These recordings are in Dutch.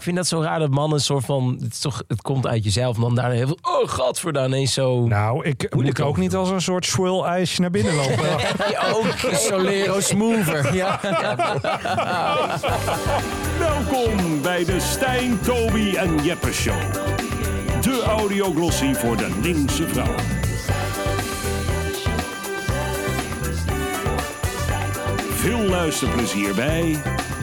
Ik vind dat zo raar dat mannen een soort van... Het komt uit jezelf en dan daar heel veel... Oh, gadverdaar, ineens zo... Nou, ik moet ook niet als een soort swirl ijsje naar binnen lopen. ook Solero Smoother. Ja. Welkom bij de Stijn, Toby en Jeppe Show. De audioglossie voor de linkse vrouw. Veel luisterplezier bij...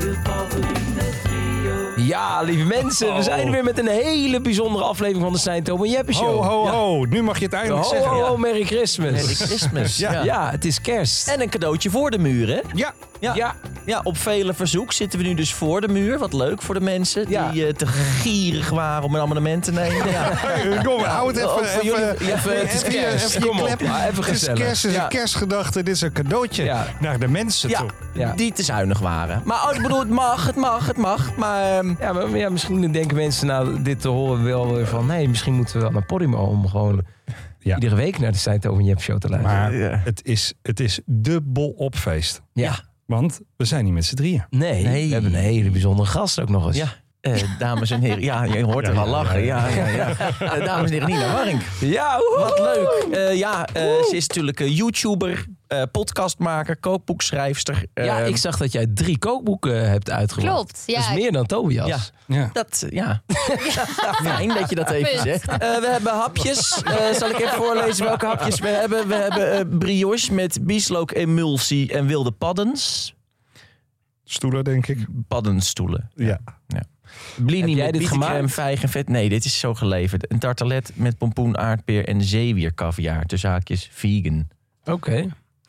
Ja, lieve mensen, we zijn weer met een hele bijzondere aflevering van de Stijn, Toby en Jeppe Show. Ho, nu mag je het eindelijk zeggen. Ho, Merry Christmas. Merry Christmas. Ja, het is kerst. En een cadeautje voor de muur, hè? Ja. Op vele verzoek zitten we nu dus voor de muur. Wat leuk voor de mensen die te gierig waren om een abonnement te nemen. Ja. Kom, hou het Ook voor even. jullie. Het is kerst. Kom op. Even Het is gezellig. kerst, het is een kerstgedachte. Dit is een cadeautje naar de mensen toe. Ja. Die te zuinig waren. Maar ik bedoel, het mag. Maar Ja, misschien denken mensen na dit te horen wel weer van... Nee, misschien moeten we wel naar Podimo om gewoon iedere week naar de Stijn, Toby en Jeppe Show te luisteren. Maar het is dubbel opfeest. Ja. Want we zijn niet met z'n drieën. Nee, we hebben een hele bijzondere gast ook nog eens. ja. Dames en heren, ja, je hoort er al lachen. Ja. Dames en heren, Nina Warink. Ja, Wat leuk. Ze is natuurlijk YouTuber, podcastmaker, kookboekschrijfster. ik zag dat jij 3 kookboeken hebt uitgebracht. Klopt, ja. Dat is meer dan Tobias. Ja. Fijn dat je dat even Punt. zegt. We hebben hapjes. Zal ik even voorlezen welke hapjes we hebben? We hebben brioche met bieslook, emulsie en wilde paddens. Stoelen, denk ik. Paddenstoelen. Ja. Blini Heb jij met dit bietencrème, gemaakt? vijg en vet. Nee, dit is zo geleverd. Een tartelet met pompoen, aardpeer en zeewiercaviar. Tussen haakjes vegan. Oké.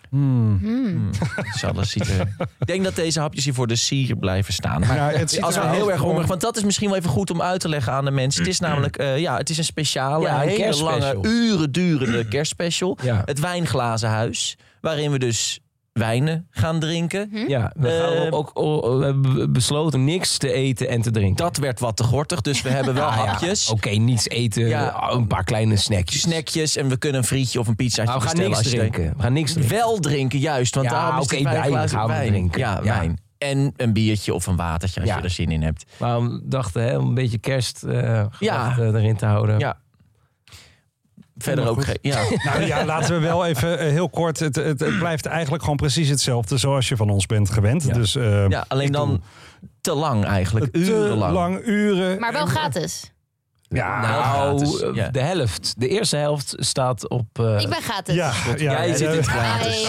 Dus alles ziet er... Ik denk dat deze hapjes hier voor de sier blijven staan. Maar Nou, het ziet als we eruit heel erg gewoon- hongerig... Want dat is misschien wel even goed om uit te leggen aan de mensen. Het is namelijk... het is een speciale, Ja, een hele kerstspecial. lange, uren durende kerstspecial. Ja. Het Wijnglazenhuis. Waarin we dus wijnen gaan drinken. Ja, we hebben besloten niks te eten en te drinken. Dat werd wat te gortig, dus we hebben wel hapjes. Oké, niets eten. Ja. Een paar kleine snackjes. Snackjes en we kunnen een frietje of een pizzaatje Maar we gaan bestellen. niks als je drinken. We gaan niks drinken. Wel drinken, juist. Want Ja, daarom is oké, het wijn glazen gaan we wijn. drinken. Ja, Ja. wijn. En een biertje of een watertje als je er zin in hebt. Maar we dachten om een beetje kerst Ja. erin te houden. Ja. Verder ook geen... Ja. Nou ja, laten we wel even heel kort. Het blijft eigenlijk gewoon precies hetzelfde zoals je van ons bent gewend. Ja. Dus, Ja, alleen dan te lang eigenlijk. te Urenlang. lang uren. Maar wel gratis. Ja, gratis, ja. De helft. De eerste helft staat op... Ik ben gratis. Jij zit in het gratis.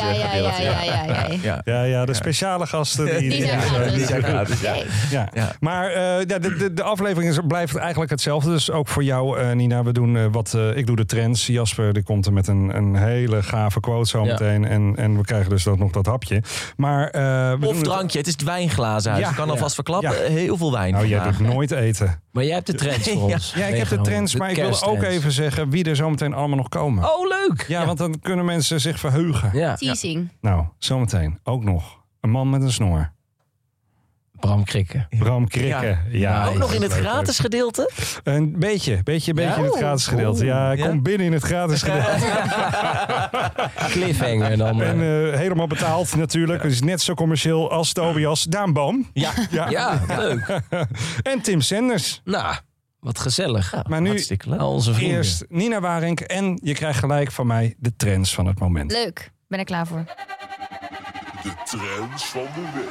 Ja. de speciale gasten. Die zijn gratis. Die zijn gratis, ja. Yay. Ja. Ja. Maar de aflevering blijft eigenlijk hetzelfde. Dus ook voor jou, Nina. We doen ik doe de trends. Jasper die komt er met een hele gave quote zometeen. En we krijgen dus ook nog dat hapje. Maar, we Of doen drankje. Het is het Wijnglazenhuis. Ja. Ik kan alvast verklappen. Ja. Heel veel wijn. Nou, jij vandaag. doet nooit eten. Maar jij hebt de trends voor ons. Ja, ik heb de trends. Maar ik wil ook kersttrends. even zeggen wie er zometeen allemaal nog komen. Oh, leuk! Ja, want dan kunnen mensen zich verheugen. Ja. Teasing. Nou, zometeen ook nog een man met een snor. Bram Krikke. Bram Krikke. Ja. Ook nog in het leuk, gratis gedeelte? leuk. Een beetje in het gratis gedeelte. Ja, hij Ja? komt binnen in het gratis gedeelte. Cliffhanger dan. En helemaal betaald natuurlijk. Het is net zo commercieel als Tobias. Daan Boom. Ja. ja, leuk. En Tim Senders. Nou, wat gezellig. Maar nu Hartstikke leuk. Al onze vrienden. eerst Nina Warink. En je krijgt gelijk van mij de trends van het moment. Leuk. Ben ik klaar voor. De trends van de week.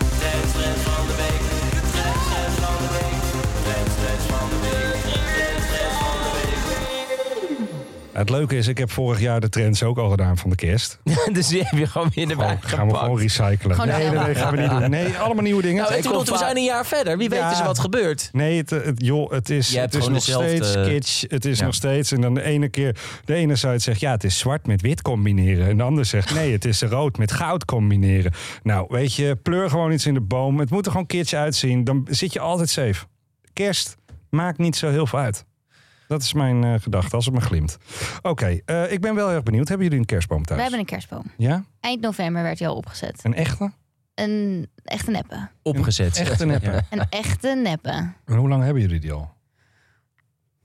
Het leuke is, ik heb vorig jaar de trends ook al gedaan van de kerst. Dus die heb je gewoon weer erbij Gaan we gewoon recyclen. Gewoon Nee, helemaal. gaan we niet doen. Nee, allemaal nieuwe dingen. Nou, we zijn een jaar verder. Wie weet Ja. is er wat gebeurd. Nee, het is, Je hebt het is gewoon nog dezelfde- steeds kitsch. Het is Ja. nog steeds. En dan de ene site zegt, ja, het is zwart met wit combineren. En de ander zegt, nee, het is rood met goud combineren. Nou, weet je, pleur gewoon iets in de boom. Het moet er gewoon kitsch uitzien. Dan zit je altijd safe. Kerst maakt niet zo heel veel uit. Dat is mijn gedachte, als het me glimt. Oké, ik ben wel erg benieuwd. Hebben jullie een kerstboom thuis? We hebben een kerstboom. Ja? Eind november werd hij al opgezet. Een echte? Een echte neppe. Opgezet. Echte neppe. Ja. Een echte neppe. En hoe lang hebben jullie die al?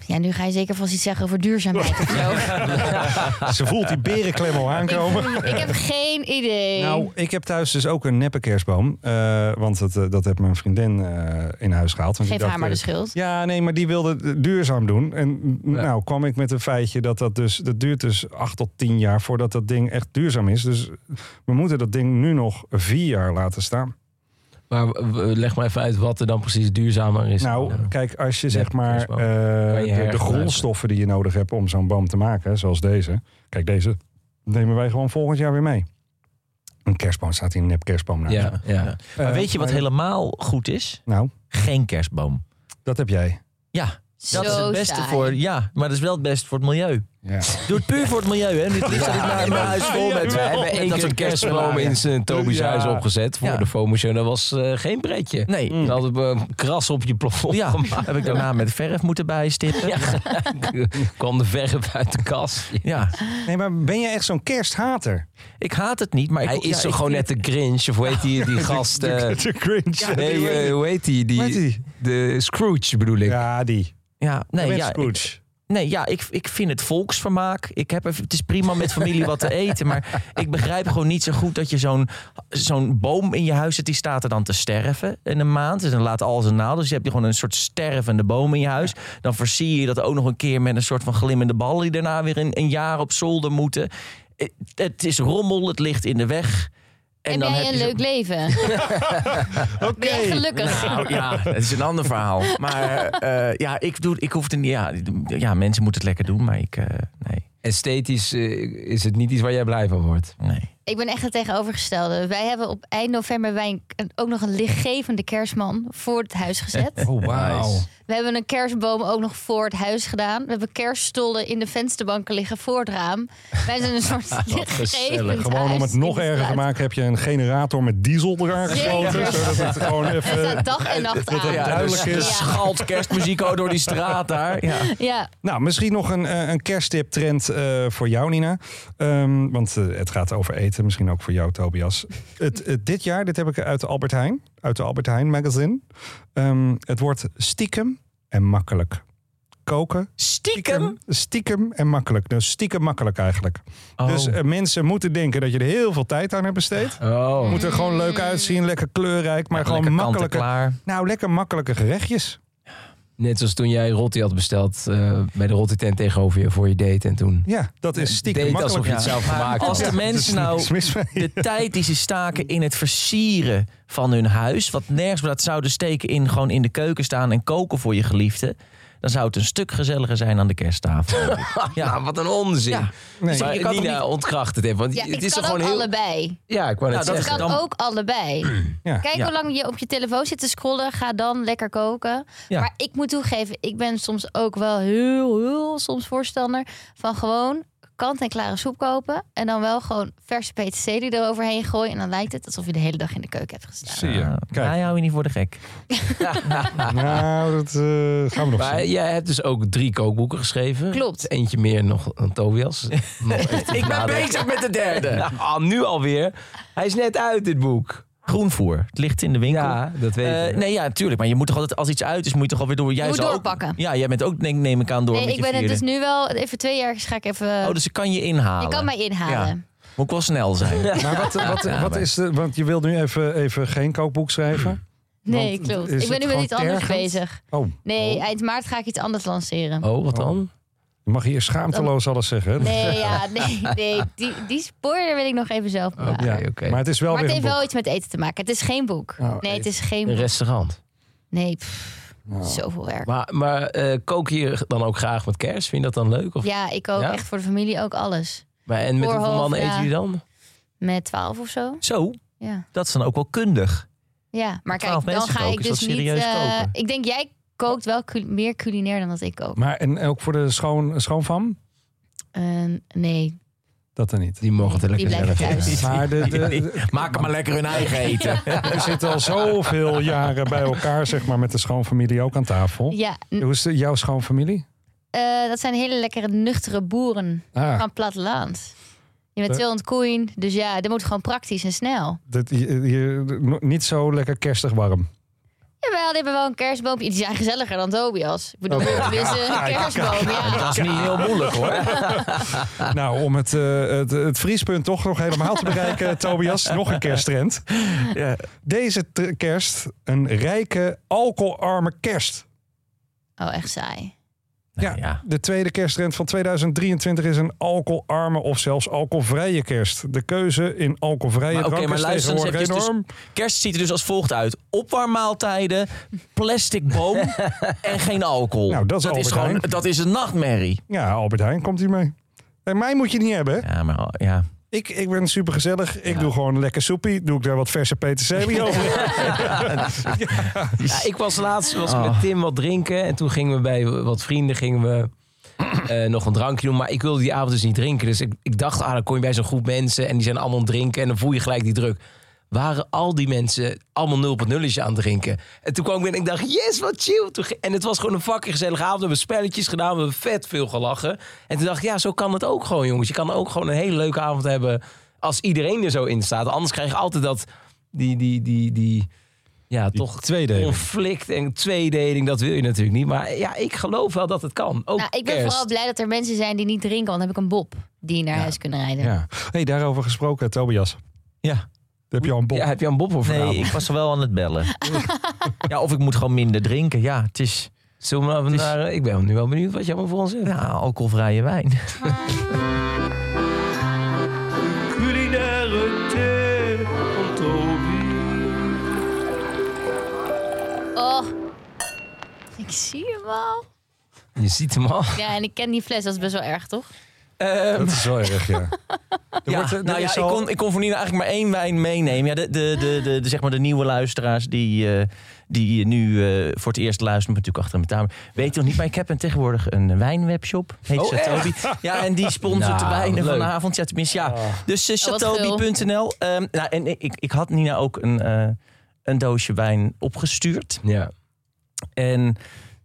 Ja, nu ga je zeker vast iets zeggen over duurzaamheid of zo. Ze voelt die berenklem al aankomen. Ik heb geen idee. Nou, ik heb thuis dus ook een neppe kerstboom. Want dat heeft mijn vriendin in huis gehaald. Want Geef die haar maar de schuld. Ja, nee, maar die wilde het duurzaam doen. En nou kwam ik met een feitje dat duurt dus 8 tot 10 jaar voordat dat ding echt duurzaam is. Dus we moeten dat ding nu nog 4 jaar laten staan. Maar leg maar even uit wat er dan precies duurzamer is. Nou, kijk, als je zeg maar kerstboom. de grondstoffen die je nodig hebt om zo'n boom te maken, zoals deze. Kijk, deze nemen wij gewoon volgend jaar weer mee. Een kerstboom staat hier, een nep kerstboom naast. Ja. Maar weet je wat helemaal goed is? Nou, Geen kerstboom. dat heb jij. Ja, Zo dat is het beste saai. voor... Ja, maar dat is wel het beste voor het milieu. Ja. Doe het puur voor het milieu, hè? Dit ligt naar mijn huis vol met... We hebben één dat keer een soort kerstboom in zijn Tobi's huis opgezet voor de FOMO-show. Dat was geen pretje. Nee. Dan hadden we kras op je plafond Ja, gemaakt. heb ik daarna met verf moeten bijstippen. Ja, kwam de verf uit de kast. Ja. Nee, maar ben je echt zo'n kersthater? Ik haat het niet, maar ik... Hij is zo ik gewoon vind- net de Grinch. Of hoe heet die gast? De cringe. Nee, hoe heet die? Hoe heet die? De Scrooge bedoel ik. Ja, die. Ja, nee, ja, Scrooge. ik vind het volksvermaak. Het is prima met familie wat te eten. Maar ik begrijp gewoon niet zo goed dat je zo'n boom in je huis zet. Die staat er dan te sterven in een maand. Dus dan laat al zijn naald. Dus je hebt gewoon een soort stervende boom in je huis. Dan versier je dat ook nog een keer met een soort van glimmende ballen. Die daarna weer een jaar op zolder moeten. Het is rommel, het ligt in de weg. Heb dan jij heb een je leuk leven? Ben jij gelukkig? Nou ja, dat is een ander verhaal. Maar ik hoef het niet. Ja, mensen moeten het lekker doen, maar nee. Esthetisch is het niet iets waar jij blij van wordt. Nee. Ik ben echt het tegenovergestelde. Wij hebben op eind november ook nog een lichtgevende kerstman voor het huis gezet. Oh, wauw. We hebben een kerstboom ook nog voor het huis gedaan. We hebben kerststollen in de vensterbanken liggen voor het raam. Wij zijn een soort lichtgevend Gewoon om huis het nog in de erger te straat. maken heb je een generator met diesel eraan gesloten. Zeker. Zodat het gewoon Het even... staat dag en nacht aan. duidelijk is. Ja. Schalt kerstmuziek ook door die straat daar. Ja. Ja. Nou, misschien nog een kersttip-trend voor jou, Nina. Want het gaat over eten. Misschien ook voor jou, Tobias. Dit jaar, dit heb ik uit de Albert Heijn. Uit de Albert Heijn magazine. Het wordt stiekem en makkelijk. Koken. Stiekem en makkelijk. Dus stiekem makkelijk eigenlijk. Oh. Dus mensen moeten denken dat je er heel veel tijd aan hebt besteed. Oh. Moet er gewoon leuk uitzien, lekker kleurrijk, maar gewoon Lekker makkelijke. kant-en-klaar. Nou, lekker makkelijke gerechtjes. Net zoals toen jij rotti had besteld bij de rotti-tent tegenover je voor je date. En toen Ja, dat is stiekem deed makkelijk. alsof je het zelf gemaakt Als had. de mensen nou Niks mis mee. de tijd die ze staken in het versieren van hun huis, wat nergens maar dat zouden steken in gewoon in de keuken staan en koken voor je geliefde, dan zou het een stuk gezelliger zijn aan de kersttafel. Ja, wat een onzin. Ja. Nee. Maar Je kan toch Nina niet- ontkracht het even. Want Ja, het ik is kan er ook gewoon heel... allebei. Ja, ik wou net Nou, dat Ik zeggen. kan dan- ook allebei. Ja. Kijk Ja. hoe lang je op je telefoon zit te scrollen. Ga dan lekker koken. Ja. Maar ik moet toegeven, ik ben soms ook wel heel soms voorstander van gewoon kant-en-klare soep kopen. En dan wel gewoon verse peterselie eroverheen gooien. En dan lijkt het alsof je de hele dag in de keuken hebt gestaan. Zie je. Kijk. Mij hou je niet voor de gek. Nou, dat gaan we nog Maar zien. jij hebt dus ook 3 kookboeken geschreven. Klopt. Eentje meer nog dan Tobias. Nog even Ik ben nadenken. bezig met de derde. Nou, nu alweer. Hij is net uit, dit boek. Groenvoer. Het ligt in de winkel. Ja, dat weet ik. Nee, ja, tuurlijk. Maar je moet toch altijd, als iets uit is, moet je toch alweer door. Jij Moet zou ook- doorpakken. Ja, jij bent ook, neem ik aan, door Nee, met ik je ben het vierde. dus nu wel, even 2 jaar ga ik even... Oh, dus ik kan je inhalen. je kan mij inhalen. Ja. Moet ik wel snel zijn. Maar wat is de... Want je wilt nu even geen kookboek schrijven? Nee, Want klopt. is Ik ben het nu met iets gewoon anders tergend? bezig. Oh, Nee, eind maart ga ik iets anders lanceren. Oh, wat dan? je mag hier schaamteloos alles zeggen. Hè? Nee, die spoiler wil ik nog even zelf bewaren. Oké, oké. Maar het is wel Maar het weer heeft een wel boek. iets met eten te maken. Het is geen boek. Oh, Nee, het is geen Een boek. restaurant. Nee, zoveel werk. Maar kook je dan ook graag met kerst? Vind je dat dan leuk? Of? Ja, ik ook Ja? echt voor de familie ook alles. Maar, en met hoeveel Voorhoofd, mannen eten ja. jullie dan? Met 12 of zo. Zo, Ja, dat is dan ook wel kundig. ja. Maar 12 kijk, dan mensen ga koken, ik is dus dat niet... serieus koken? ik denk, jij kookt wel meer culinair dan dat ik kook. Maar en ook voor de schoonfam? Nee, Dat dan niet. Die mogen het er die lekker blijven zelf thuis. Maar Maak hem maar lekker hun eigen eten. we zitten al zoveel jaren bij elkaar, zeg maar, met de schoonfamilie ook aan tafel. Ja, Hoe is jouw schoonfamilie? dat zijn hele lekkere, nuchtere boeren Ah, van het platteland. Je bent 200 koeien, dus ja, dat moet gewoon praktisch en snel. niet zo lekker kerstig warm. Jawel, die hebben wel een kerstboompje. Die zijn gezelliger dan Tobias. Ik bedoel, het is een kerstboom. Ja. Dat is niet heel moeilijk hoor. Nou, om het vriespunt toch nog helemaal te bereiken, Tobias. Nog een kersttrend. Ja. Deze kerst, een rijke, alcoholarme kerst. Oh, echt saai. Ja, de tweede kersttrend van 2023 is een alcoholarme of zelfs alcoholvrije kerst. De keuze in alcoholvrije drank is tegenwoordig enorm. Kerst ziet er dus als volgt uit. Opwarmmaaltijden, plastic boom en geen alcohol. Nou, dat is een nachtmerrie. Ja, Albert Heijn komt hier mee. En mij moet je niet hebben. Ja, maar ja. Ik ben super gezellig. Ik doe gewoon een lekker soepie. Doe ik daar wat verse peterselie over. Ja, ik was laatst met Tim wat drinken. En toen gingen we bij wat vrienden nog een drankje doen. Maar ik wilde die avond dus niet drinken. Dus ik dacht, dan kom je bij zo'n groep mensen. En die zijn allemaal aan het drinken. En dan voel je gelijk die druk. Waren al die mensen allemaal 0.0 aan het drinken. En toen kwam ik binnen en ik dacht, yes, wat chill. En het was gewoon een fucking gezellige avond. We hebben spelletjes gedaan, we hebben vet veel gelachen. En toen dacht ik, ja, zo kan het ook gewoon, jongens. Je kan ook gewoon een hele leuke avond hebben als iedereen er zo in staat. Anders krijg je altijd dat, toch tweedeling. Conflict en tweedeling, dat wil je natuurlijk niet. Maar ja, ik geloof wel dat het kan. Ook ik ben vooral blij dat er mensen zijn die niet drinken. Want dan heb ik een Bob die naar huis kunnen rijden. Ja. Hey, daarover gesproken, Tobias. Ja. Heb je al een Bob? Ja, heb je al een Bob of Nee, ik was wel aan het bellen. Ja, of ik moet gewoon minder drinken. Ja, het is... Ik ben nu wel benieuwd wat je allemaal voor ons hebt. Ja, alcoholvrije wijn. Culinaire thee van Toby. Oh, ik zie hem al. Je ziet hem al. Ja, en ik ken die fles, dat is best wel erg, toch? Dat is wel erg, ja. Ik kon voor Nina eigenlijk maar 1 wijn meenemen. Ja, zeg maar de nieuwe luisteraars die nu voor het eerst luisteren, natuurlijk achter mijn taal. Weet je nog niet, maar ik heb tegenwoordig een wijnwebshop. Heet Chatobi. Ja, en die sponsort de wijnen vanavond. Ja, tenminste, ja. Dus chatobi.nl. En ik had Nina ook een doosje wijn opgestuurd. Ja. En...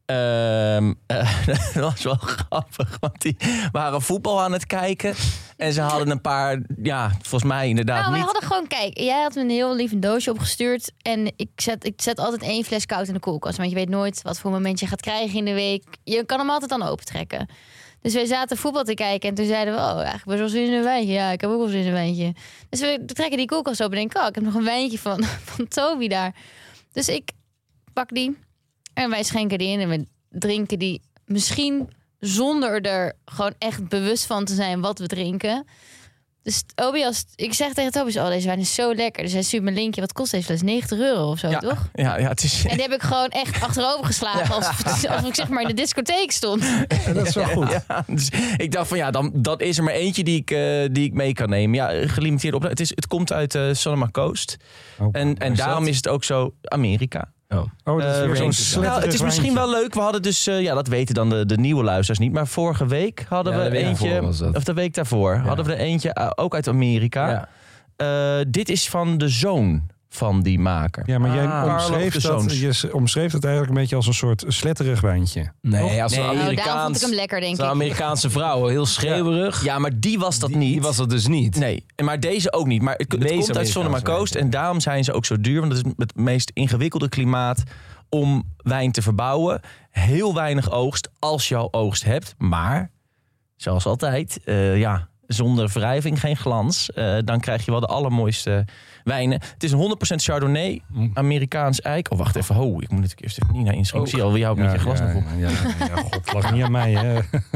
dat was wel grappig, want die waren voetbal aan het kijken. En ze hadden een paar, volgens mij inderdaad we niet. hadden gewoon, kijk, jij had me een heel lief doosje opgestuurd. En ik zet altijd 1 fles koud in de koelkast. Want je weet nooit wat voor moment je gaat krijgen in de week. Je kan hem altijd dan opentrekken. Dus wij zaten voetbal te kijken en toen zeiden we... eigenlijk best wel zin in een wijntje. Ja, ik heb ook wel zin in een wijntje. Dus we trekken die koelkast open en denken... ik heb nog een wijntje van Toby daar. Dus ik pak die en wij schenken die in en we drinken die misschien zonder er gewoon echt bewust van te zijn wat we drinken. Dus Tobias, ik zeg tegen Tobias, deze wijn is zo lekker. Dus hij stuurt me een linkje, wat kost deze fles? €90 of zo, toch? Ja, het is... En die heb ik gewoon echt achterover geslagen alsof ik zeg maar in de discotheek stond. Ja, dat is wel goed. Ja, dus ik dacht van dat is er maar eentje die ik mee kan nemen. Ja, gelimiteerd op. Het komt uit Sonoma Coast. En daarom is het ook zo Amerika. Dat is weer zo'n sletterig het is misschien wel leuk. We hadden dus, dat weten dan de nieuwe luisteraars niet. Maar vorige week hadden we eentje, of de week daarvoor, hadden we er eentje ook uit Amerika. Ja. Dit is van de zoon van die maker. Ja, maar jij omschreef dat eigenlijk een beetje als een soort sletterig wijntje. Nee, als daarom vond ik hem lekker, denk ik. Een Amerikaanse vrouw, heel schreeuwerig. Ja, maar die was dat niet. Die was dat dus niet. Nee, maar deze ook niet. Maar het komt uit Sonoma Coast en daarom zijn ze ook zo duur. Want het is het meest ingewikkelde klimaat om wijn te verbouwen. Heel weinig oogst als je al oogst hebt. Maar, zoals altijd, zonder wrijving geen glans. Dan krijg je wel de allermooiste wijnen. Het is een 100% Chardonnay, Amerikaans eik. Oh, wacht even. Ik moet natuurlijk eerst even Nina inschrijven. Ik zie al, wie houdt met je glas nog op. Ja, god, lag niet aan mij, hè.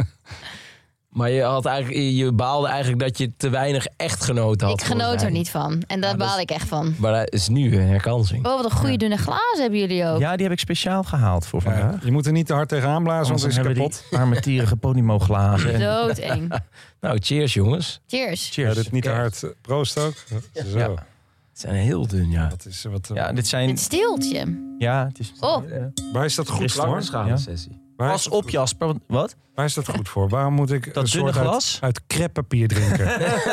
Maar je baalde eigenlijk dat je te weinig echt genoten had. Ik genoot er niet van. En daar baal ik echt van. Maar dat is nu een herkansing. Oh, wat een goede dunne glazen hebben jullie ook. Ja, die heb ik speciaal gehaald voor vandaag. Je moet er niet te hard tegenaan blazen, want het is kapot. Armetierige Podimo glazen. Doodeng. Nou, cheers jongens. Cheers. Ja, dit niet te hard. Proost ook. Zo. Ja. Het zijn heel dun, ja. Dit zijn... Het steeltje. Ja, het is... Waar is dat goed voor? Sessie. Pas op, Jasper. Wat? Waar is dat goed voor? Waarom moet ik dat dunne glas uit crêpepapier drinken?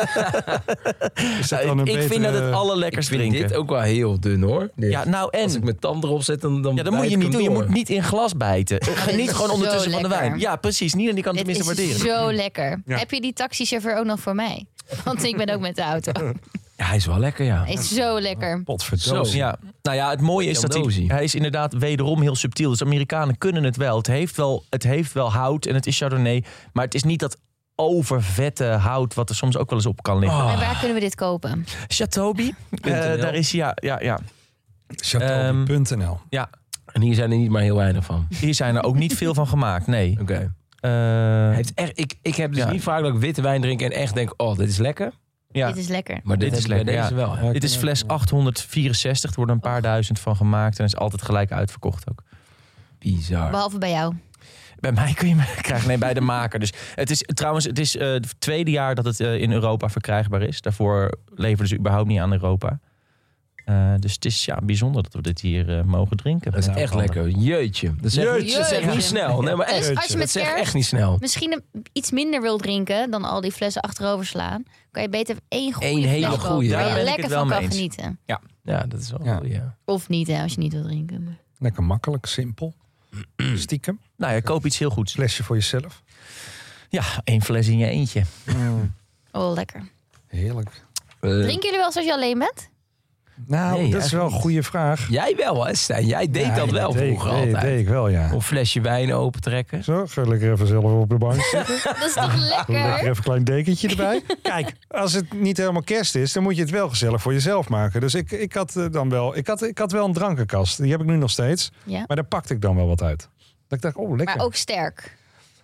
Ik vind dat het allerlekkers drinken. Dit ook wel heel dun, hoor. Ja, nou en? Als ik mijn tand erop zet, dan dat moet je niet doen. Je moet niet in glas bijten. Geniet gewoon ondertussen van de wijn. Ja, precies. Nina die kan het tenminste waarderen. Zo lekker. Ja. Heb je die taxichauffeur ook nog voor mij? Want ik ben ook met de auto. Ja, hij is wel lekker, ja. Hij is zo lekker. Potverdorie. Zo. Ja, nou ja, het mooie is dat Dozy. hij is inderdaad wederom heel subtiel. Dus Amerikanen kunnen het wel. Het heeft wel hout en het is Chardonnay. Maar het is niet dat overvette hout wat er soms ook wel eens op kan liggen. En waar kunnen we dit kopen? Chatobi, daar is hij, ja. Chatobi.nl. Ja, En hier zijn er niet maar heel weinig van. hier zijn er ook niet veel van gemaakt, nee. Oké. Eh, Heeft echt, ik heb dus Ja. niet vaak dat ik witte wijn drink en echt denk, oh, dit is lekker. ja. Dit is lekker. Maar dit Dit is is lekker, lekker, deze wel. Dit is fles 864, er worden een paar duizend van gemaakt en is altijd gelijk uitverkocht ook. Bizar. Behalve bij jou. Bij mij kun je hem krijgen, nee, bij de maker. Dus het is trouwens, het tweede jaar dat het in Europa verkrijgbaar is. Daarvoor leverden ze überhaupt niet aan Europa. Dus het is bijzonder dat we dit hier mogen drinken. Dat is echt lekker. Jeetje. Dat is echt niet snel. Nee, maar echt. Dus als je met dat is echt kerst niet snel. misschien iets minder wil drinken dan al die flessen achterover slaan, kan je beter één goede Eén hele fles kopen goeie. waar Daar je ben ik lekker het wel van mee kan eens. genieten. Ja, dat is wel Ja. goed, ja. Of niet, hè, als je niet wil drinken. Lekker makkelijk, simpel. Stiekem. Nou ja, koop iets heel goeds. Flesje voor jezelf. Ja, 1 fles in je eentje. Oh, lekker. Heerlijk. Drinken jullie wel als je alleen bent? Nou, Nee, dat is wel een eigenlijk goede vraag. Jij wel, hè, Stijn? Jij deed dat wel vroeger altijd. deed ik wel, ja. Een flesje wijn opentrekken. Zo, ga lekker even zelf op de bank zitten. Dat is toch Lekker lekker? even een klein dekentje erbij. Kijk, als het niet helemaal kerst is, dan moet je het wel gezellig voor jezelf maken. Dus ik had dan wel, ik had wel een drankenkast. Die heb ik nu nog steeds. Ja. Maar daar pakte ik dan wel wat uit. Dat ik dacht, oh lekker. Maar ook sterk.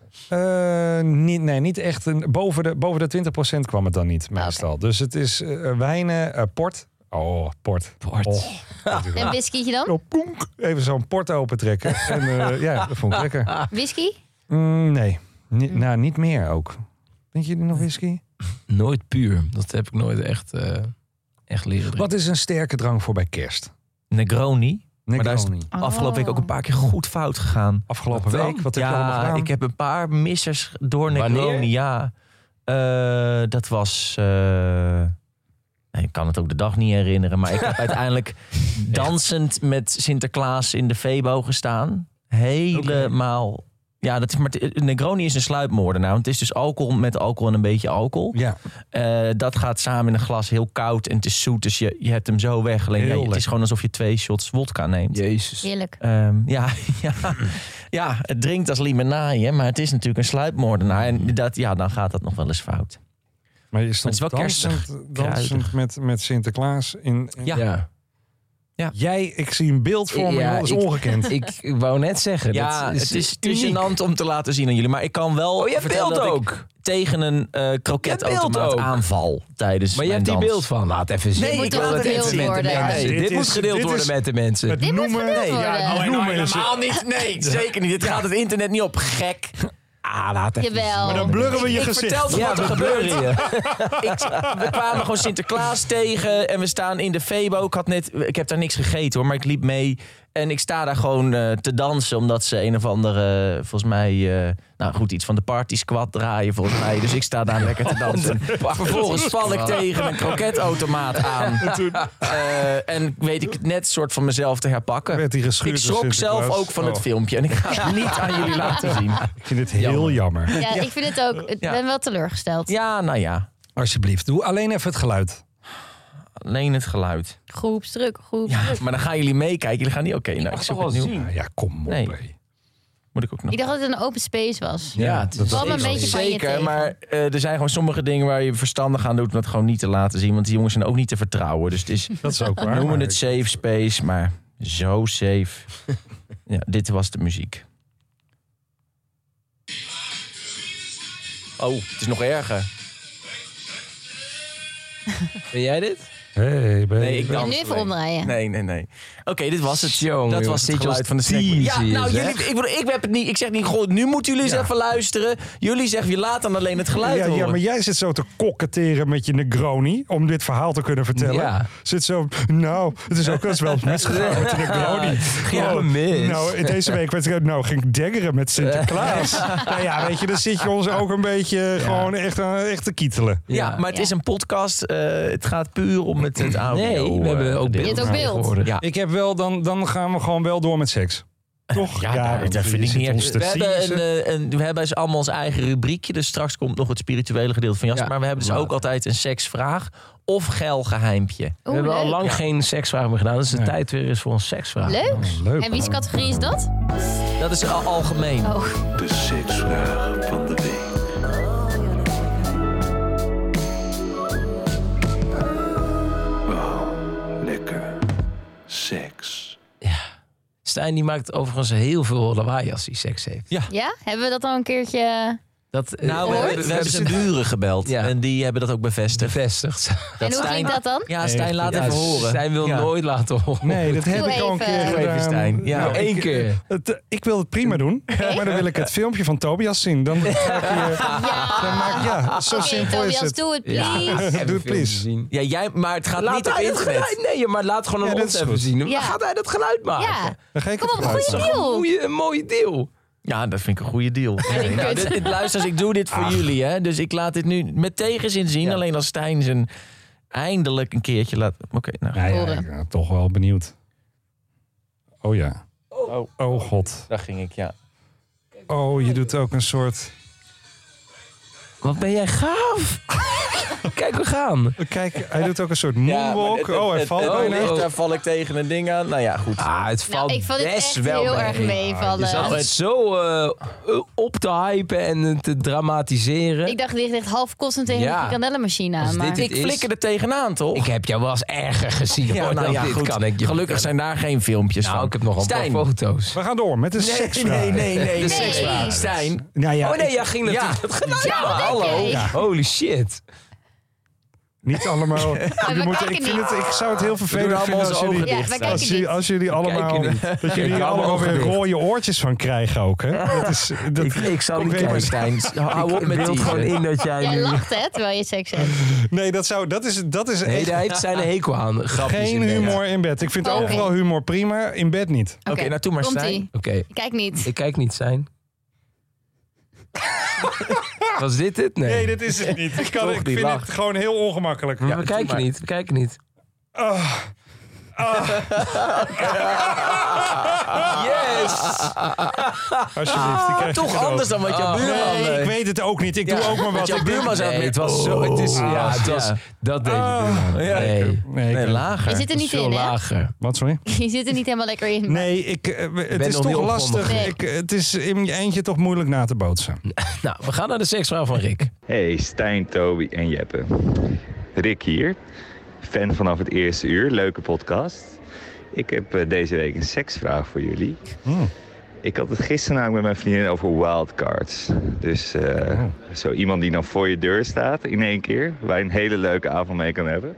Niet echt. Boven de 20% kwam het dan niet, meestal. Dus het is wijnen, port. Oh, port. Oh. En whiskytje dan? Oh, poenk. Even zo'n port opentrekken. En ja, dat vond ik lekker. Whisky? Nee, niet meer ook. Denk je nog whisky? Nooit puur. Dat heb ik nooit echt leren drinken. Wat is een sterke drank voor bij kerst? Negroni. Maar daar is Negroni. afgelopen week ook een paar keer goed fout gegaan. Afgelopen Wat dan? week, wat heb je allemaal Ja, gedaan? ik heb een paar missers door Wanneer? Negroni. Ja, dat was... ik kan het ook de dag niet herinneren. Maar ik heb uiteindelijk dansend met Sinterklaas in de Febo gestaan. Helemaal... Ja, maar Negroni is een sluipmoordenaar. Want het is dus alcohol met alcohol en een beetje alcohol. Ja, Dat gaat samen in een glas, heel koud en het is zoet. Dus je hebt hem zo weg. Alleen Heel het lekker. is gewoon alsof je 2 shots wodka neemt. Jezus. Heerlijk. Ja, het drinkt als limonade, maar het is natuurlijk een sluipmoordenaar. En dan gaat dat nog wel eens fout. maar je stond het is wel dansend met Sinterklaas. Ja. Jij, ik zie een beeld voor me, Ja, dat is ik- ongekend. Ik wou net zeggen. Ja, dat het is uniek. gênant om te laten zien aan jullie. Maar ik kan wel Oh, je hebt vertellen beeld dat ook. ik tegen een beeld kroketautomaat ook. aanval tijdens Maar je hebt mijn die dans. beeld van. Laat even zien. Nee, moet ik toch wil het gedeeld even met de worden? mensen. Nee, dit moet gedeeld worden met de mensen. Het Dit moet noemen, gedeeld worden. het noemen is helemaal niet. Nee, zeker niet. Dit gaat het internet niet op. Gek. Laat even Jawel. Maar dan blurren we je Ik gezicht. vertel toch Ja, wat er we gebeurt. gebeuren je. We kwamen gewoon Sinterklaas tegen en we staan in de Febo. Ik heb daar niks gegeten hoor, maar ik liep mee. En ik sta daar gewoon te dansen, omdat ze een of andere, volgens mij, iets van de Party Squad draaien volgens mij. Dus ik sta daar lekker te dansen. Vervolgens val ik tegen een kroketautomaat aan. En weet ik het net soort van mezelf te herpakken. Werd hij geschuurd Ik door schrok zelf Sinterklaas? ook van het Oh. filmpje. En ik ga het niet aan jullie laten zien. Ik vind het heel jammer. Ja, ik vind het ook. Ik ben wel teleurgesteld. Ja, nou ja. Alsjeblieft, doe alleen even het geluid. Alleen het geluid. Groepsdruk. Ja, maar dan gaan jullie meekijken. Jullie gaan niet... Oké, nou, ik zoek het nieuw. Nou ja, kom op. Nee. hé. Moet ik ook nog... Ik dacht dat het een open space was. Ja, het is Valt me een beetje van je Zeker, tegen. maar er zijn gewoon sommige dingen waar je verstandig aan doet om dat gewoon niet te laten zien. Want die jongens zijn ook niet te vertrouwen. Dus het is, Dat is ook waar. we noemen maar het safe space, maar zo safe. Ja, dit was de muziek. Oh, het is nog erger. Ben jij dit? Hey, baby. Nee, ik En dans nu even alleen. omdraaien. Nee. Oké, dit was het. Jongen, dat jongen, was het zit je geluid als van de snack. tease Ja, hier, nou, zeg. jullie, ik heb het niet. Ik zeg niet, goh, nu moeten jullie eens even luisteren. Jullie zeggen, je laat dan alleen het geluid Ja, horen. maar jij zit zo te koketteren met je Negroni om dit verhaal te kunnen vertellen. Ja. Zit zo, nou, het is ook wel eens wel misgegaan met de Negroni. Ging me mis. Nou, deze week ging ik daggeren met Sinterklaas. Nou ja, weet je, dan zit je ons ook een beetje gewoon echt te kietelen. Ja, maar het is een podcast. Het gaat puur om het audio. Nee, we hebben ook Je hebt ook beeld. tegenwoordig. Ja. Ik heb wel, dan gaan we gewoon wel door met seks. Toch? Dat vind ik niet ons te we hebben dus allemaal ons eigen rubriekje. Dus straks komt nog het spirituele gedeelte van Jasper. Ja, maar we hebben dus ook altijd een seksvraag of geilgeheimpje. We hebben al lang geen seksvraag meer gedaan. Dus de tijd weer is voor een seksvraag. Leuk. Leuk. En wie's categorie is dat? Dat is algemeen. Oh. De seksvraag van de week. Oh, lekker. Seks. Stijn die maakt overigens heel veel lawaai als hij seks heeft. Ja? Hebben we dat al een keertje... Dat, Nou, we hebben zijn buren gebeld. Ja. En die hebben dat ook bevestigd. bevestigd. En hoe klinkt dat dan? Ja, Stijn, laat Ja, even horen. Stijn wil Ja. nooit laten horen. Nee, dat heb Doe ik al een even. keer Doe gedaan. even, Stijn. Ja. Nou, één keer. Ik wil het prima doen, maar dan wil ik het filmpje van Tobias zien. Dan zo Oké, simpel is Tobias, het. doe het, please. Doe het, Even please. zien. Ja, maar het gaat Laat niet op hij het internet. geluid. Nee, maar laat gewoon Ja, een dat ons is even goed. zien. Ja. Gaat hij dat geluid maken? Ja, Dan ga ik kom het op, geluid goeie maken. deal. Een mooie deal. Ja, dat vind ik een goede deal. ik Nou, kut. luister, ik doe dit voor jullie. Hè? Dus ik laat dit nu met tegenzin zien. Ja. Alleen als Stijn zijn eindelijk een keertje laat... Oké, nou. Ja, Horen. ik ben toch wel benieuwd. Oh ja. Oh god. Daar ging ik, ja. Oh, je doet ook een soort... Wat ben jij gaaf. Kijk, we gaan. Kijk, hij doet ook een soort moonwalk. Hij valt bijna. Daar val ik tegen een ding aan. Nou ja, goed. Het valt Nou, ik vond het best echt wel heel mee. erg meevallen. Je zat het zo op te hypen en te dramatiseren. Ik dacht, dit ligt half kostend tegen Ja. de frikandellenmachine aan. Als Maar... dit Ik is- flikker er tegenaan, toch? Ik heb jou wel eens erger gezien. ja, hoor, nou dan ja, dit goed. kan ik je Gelukkig zijn daar geen filmpjes Nou, van. ik heb nog een paar Stijn. foto's. We gaan door met de seksvraag. Nee. De seksvraag. Stijn. Nou ja, Oh nee, ik- jij ging natuurlijk het geluid Ja, maken. hallo. Hallo. Holy shit. niet allemaal. we kijken Ik zou het heel We vervelend doen allemaal vinden als onze ogen jullie, Ja, dicht. wij kijken als, jullie, niet. als jullie allemaal, niet. dat jullie Kijk, hier allemaal allemaal weer ogen dicht. rode oortjes van krijgen ook. Hè? Ik zal ik niet weet kijken, het. Stijn. Hou op met beeld die. gewoon in dat jij Jij nu... lacht, hè, terwijl je seks hebt. Nee, dat is Nee, echt hij heeft zijn hekel aan. Grapjes geen in bed. humor in bed. Ik vind Oké. overal humor prima, in bed niet. Oké, nou doe maar, Komt-ie. Stijn. Oké, Kijk niet. ik kijk niet, Stijn. Was dit het? Nee. Nee, dit is het niet. Ik Toch, die vind lach. het gewoon heel ongemakkelijk. Maar we kijken maar. niet. We kijken niet. Yes! Alsjeblieft, die krijg je Toch cadeau. anders dan wat jouw buurman... Nee, ik weet het ook niet. Ik doe ook maar wat. Jouw Ik doe- buurman zat Nee, met... het was zo... Het is, ja, het was... ja. Dat deed je buurman. ja. Nee, Nee, ik Nee, weet- lager. Je zit er niet veel in, hè? lager. Wat, sorry? Je zit er niet helemaal lekker in. Nee, het is nog niet toch opgewonden. lastig. Nee. Het is in je eentje toch moeilijk na te bootsen. Nou, we gaan naar de seksvraag van Rick. Hey, Stijn, Toby en Jeppe. Rick hier. Fan vanaf het eerste uur. Leuke podcast. Ik heb deze week een seksvraag voor jullie. Ik had het gisteren namelijk met mijn vriendin over wildcards. Dus zo iemand die dan voor je deur staat in één keer. Waar je een hele leuke avond mee kan hebben.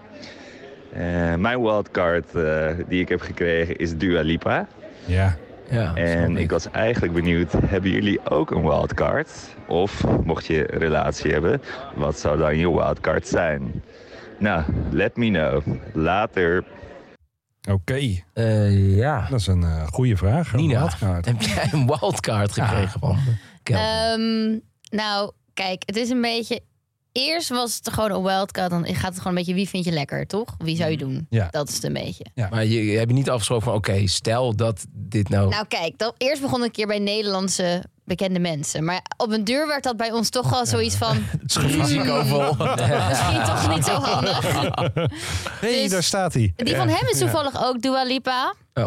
Mijn wildcard die ik heb gekregen is Dua Lipa. Ja. Ja, En ik was eigenlijk benieuwd, hebben jullie ook een wildcard? Of, mocht je een relatie hebben, wat zou dan je wildcard zijn? Nou, let me know. Later. Oké, ja. dat is een goede vraag. Nina, Wildcard. heb jij een wildcard gekregen van Kelvin? Nou, kijk, het is een beetje... Eerst was het gewoon een wildcard. Dan gaat het gewoon een beetje wie vind je lekker, toch? Wie zou je doen? Ja. Dat is het een beetje. Maar je hebt niet afgesproken van... Oké, stel dat dit nou... Nou kijk, eerst begon een keer bij Nederlandse bekende mensen. Maar op een deur werd dat bij ons toch wel zoiets van... Het is risicovol. Misschien toch niet zo handig. Hey, Dus- daar staat hij. Die van hem is toevallig ook Dua Lipa. Oh.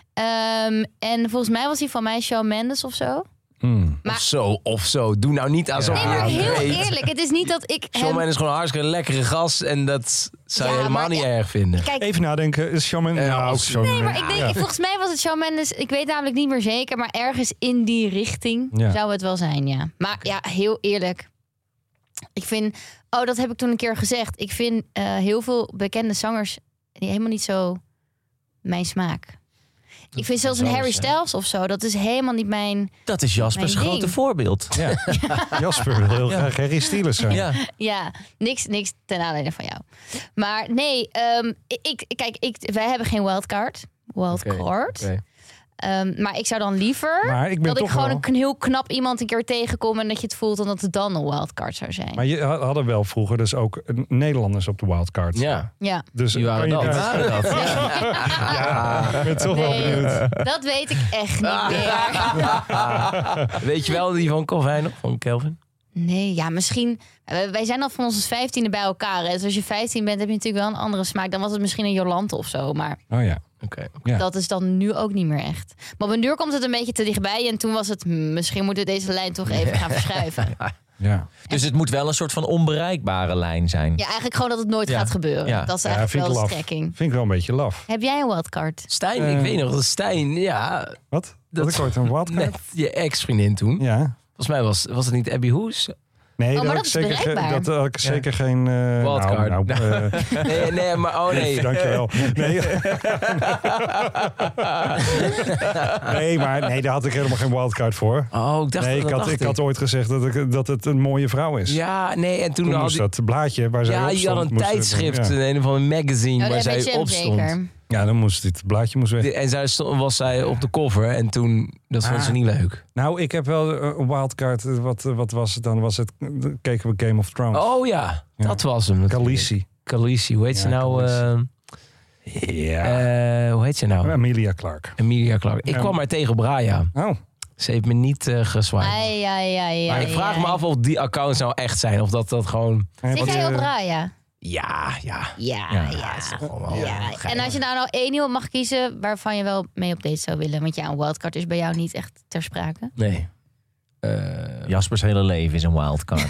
En volgens mij was die van mij Shawn Mendes of zo. Maar- Of zo. Doe nou niet alsof Nee, je maar het heel weet. eerlijk. Het is niet dat ik Shawn hem... Mendes is gewoon een hartstikke lekkere gast. En dat zou je Ja, helemaal maar niet ja, erg vinden. Kijk, Even nadenken. Is Shawn Mendes... Ja, ook ook Shawn nee, maar Mendes. ik denk, volgens mij was het Shawn Mendes. Ik weet namelijk niet meer zeker, maar ergens in die richting Ja. zou het wel zijn, ja. Maar ja, heel eerlijk. Ik vind, dat heb ik toen een keer gezegd. Ik vind heel veel bekende zangers helemaal niet zo mijn smaak. Ik vind zelfs een Harry Styles of zo, dat is helemaal niet mijn... Dat is Jaspers Mijn grote ding. voorbeeld. Ja. Jasper wil heel graag Harry Styles zijn. Ja. Ja, niks ten aanleiding van jou. Maar nee, wij hebben geen wildcard. Oké. Maar ik zou dan liever Maar ik ben dat ik toch gewoon wel... een heel knap iemand een keer tegenkom en dat je het voelt en dat het dan een wildcard zou zijn. Maar je hadden wel vroeger dus ook Nederlanders op de wildcard. Ja, Ja. Dus die waren kan je dat. daar- Ja, ik ben toch wel benieuwd. Dat weet ik echt niet meer. Weet je wel die van Calvin nog? Van Kelvin? Nee, ja, misschien... Wij zijn al van ons 15e bij elkaar. Hè? Dus als je 15 bent, heb je natuurlijk wel een andere smaak. Dan was het misschien een Jolante of zo. Maar Oh ja. Oké. Ja. dat is dan nu ook niet meer echt. Maar op een duur komt het een beetje te dichtbij. En toen was het, misschien moeten we deze lijn toch even gaan verschuiven. Ja. Dus het moet wel een soort van onbereikbare lijn zijn. Ja, eigenlijk gewoon dat het nooit Ja. gaat gebeuren. Ja. Dat is Ja, eigenlijk vind ik wel de laf. strekking. Vind ik wel een beetje laf. Heb jij een wildcard? Stijn, ik weet nog dat Stijn, ja, Wat? Dat- Dat ik ooit een wildcard? net je ex-vriendin toen. Ja. Volgens mij was het niet Abby Hoes? Nee, maar dat dat is had ik zeker, bereikbaar. dat had ik zeker geen... Wildcard. Nee, maar oh nee. Dankjewel. Nee. nee, daar had ik helemaal geen wildcard voor. Oh, ik dacht Nee, ik had ooit gezegd dat het een mooie vrouw is. Ja, nee, en toen Toen had moest ik... dat blaadje waar zij Ja, op je stond, had een moest het- tijdschrift, Ja. een of ander magazine Oh, waar dat heb zij je op stond. zeker. Ja, dan moest dit blaadje moest weg. En was zij op de cover en toen, dat vond ze niet leuk. Nou, ik heb wel een wildcard. Wat was het dan? Keken we Game of Thrones. Oh ja, dat was hem. Khaleesi, hoe heet ze Ja, nou? Ja. Hoe heet ze nou? Emilia Clarke. Emilia Clarke. Ik Ja. kwam haar tegen op Raya. Oh. Ze heeft me niet gezwaaid. Maar ik vraag me af of die accounts nou echt zijn. Of dat gewoon... Zit jij op Raya? Ja. Ja. Het is toch gewoon wel geil. En als je nou één iemand mag kiezen waarvan je wel mee op date zou willen. Want ja, een wildcard is bij jou niet echt ter sprake. Nee. Jaspers hele leven is een wildcard.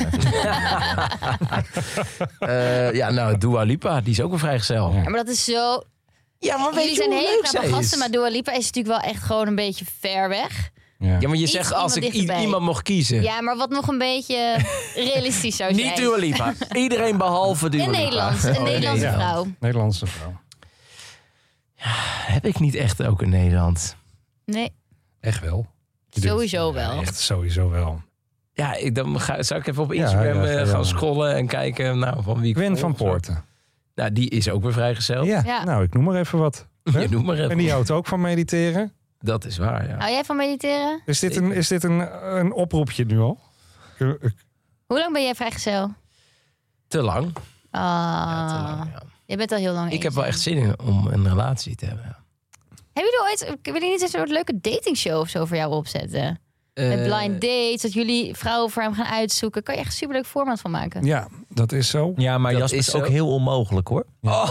Dua Lipa, die is ook wel vrijgezel. Ja, maar dat is zo... Ja, maar Jullie zijn hele knappe gasten, maar Dua Lipa is natuurlijk wel echt gewoon een beetje ver weg. Ja. Ja, maar je Iets zegt als iemand ik dichterbij. iemand mocht kiezen. Ja, maar wat nog een beetje realistisch zou zijn. Niet Dua Lipa. Iedereen behalve Dua In Lipa. Nederland, een Nederlandse ja. vrouw. Nederlandse vrouw. Heb ik niet echt ook in Nederland. Nee, Echt wel. sowieso wel. Echt sowieso wel. Ja, zou ik even op Instagram ga gaan wel. scrollen en kijken van wie ik Gwen volg van of zo. Poorten. Nou, die is ook weer vrijgezel. Ja. Ja. Nou, ik noem maar even wat. Je noem maar even. En die houdt ook van mediteren. Dat is waar, ja. Hou jij van mediteren? Is dit een oproepje nu al? Hoe lang ben jij vrijgezel? Te lang. Ah, Te lang, ja. je bent al heel lang Ik heb wel eenzaam. echt zin in om een relatie te hebben. Hebben jullie ooit... Willen jullie niet een soort leuke datingshow of zo voor jou opzetten? Met blind dates, dat jullie vrouwen voor hem gaan uitzoeken. Kan je echt een superleuk format van maken. Ja, dat is zo. Ja, maar Dat Jasper is is ook zo. heel onmogelijk hoor.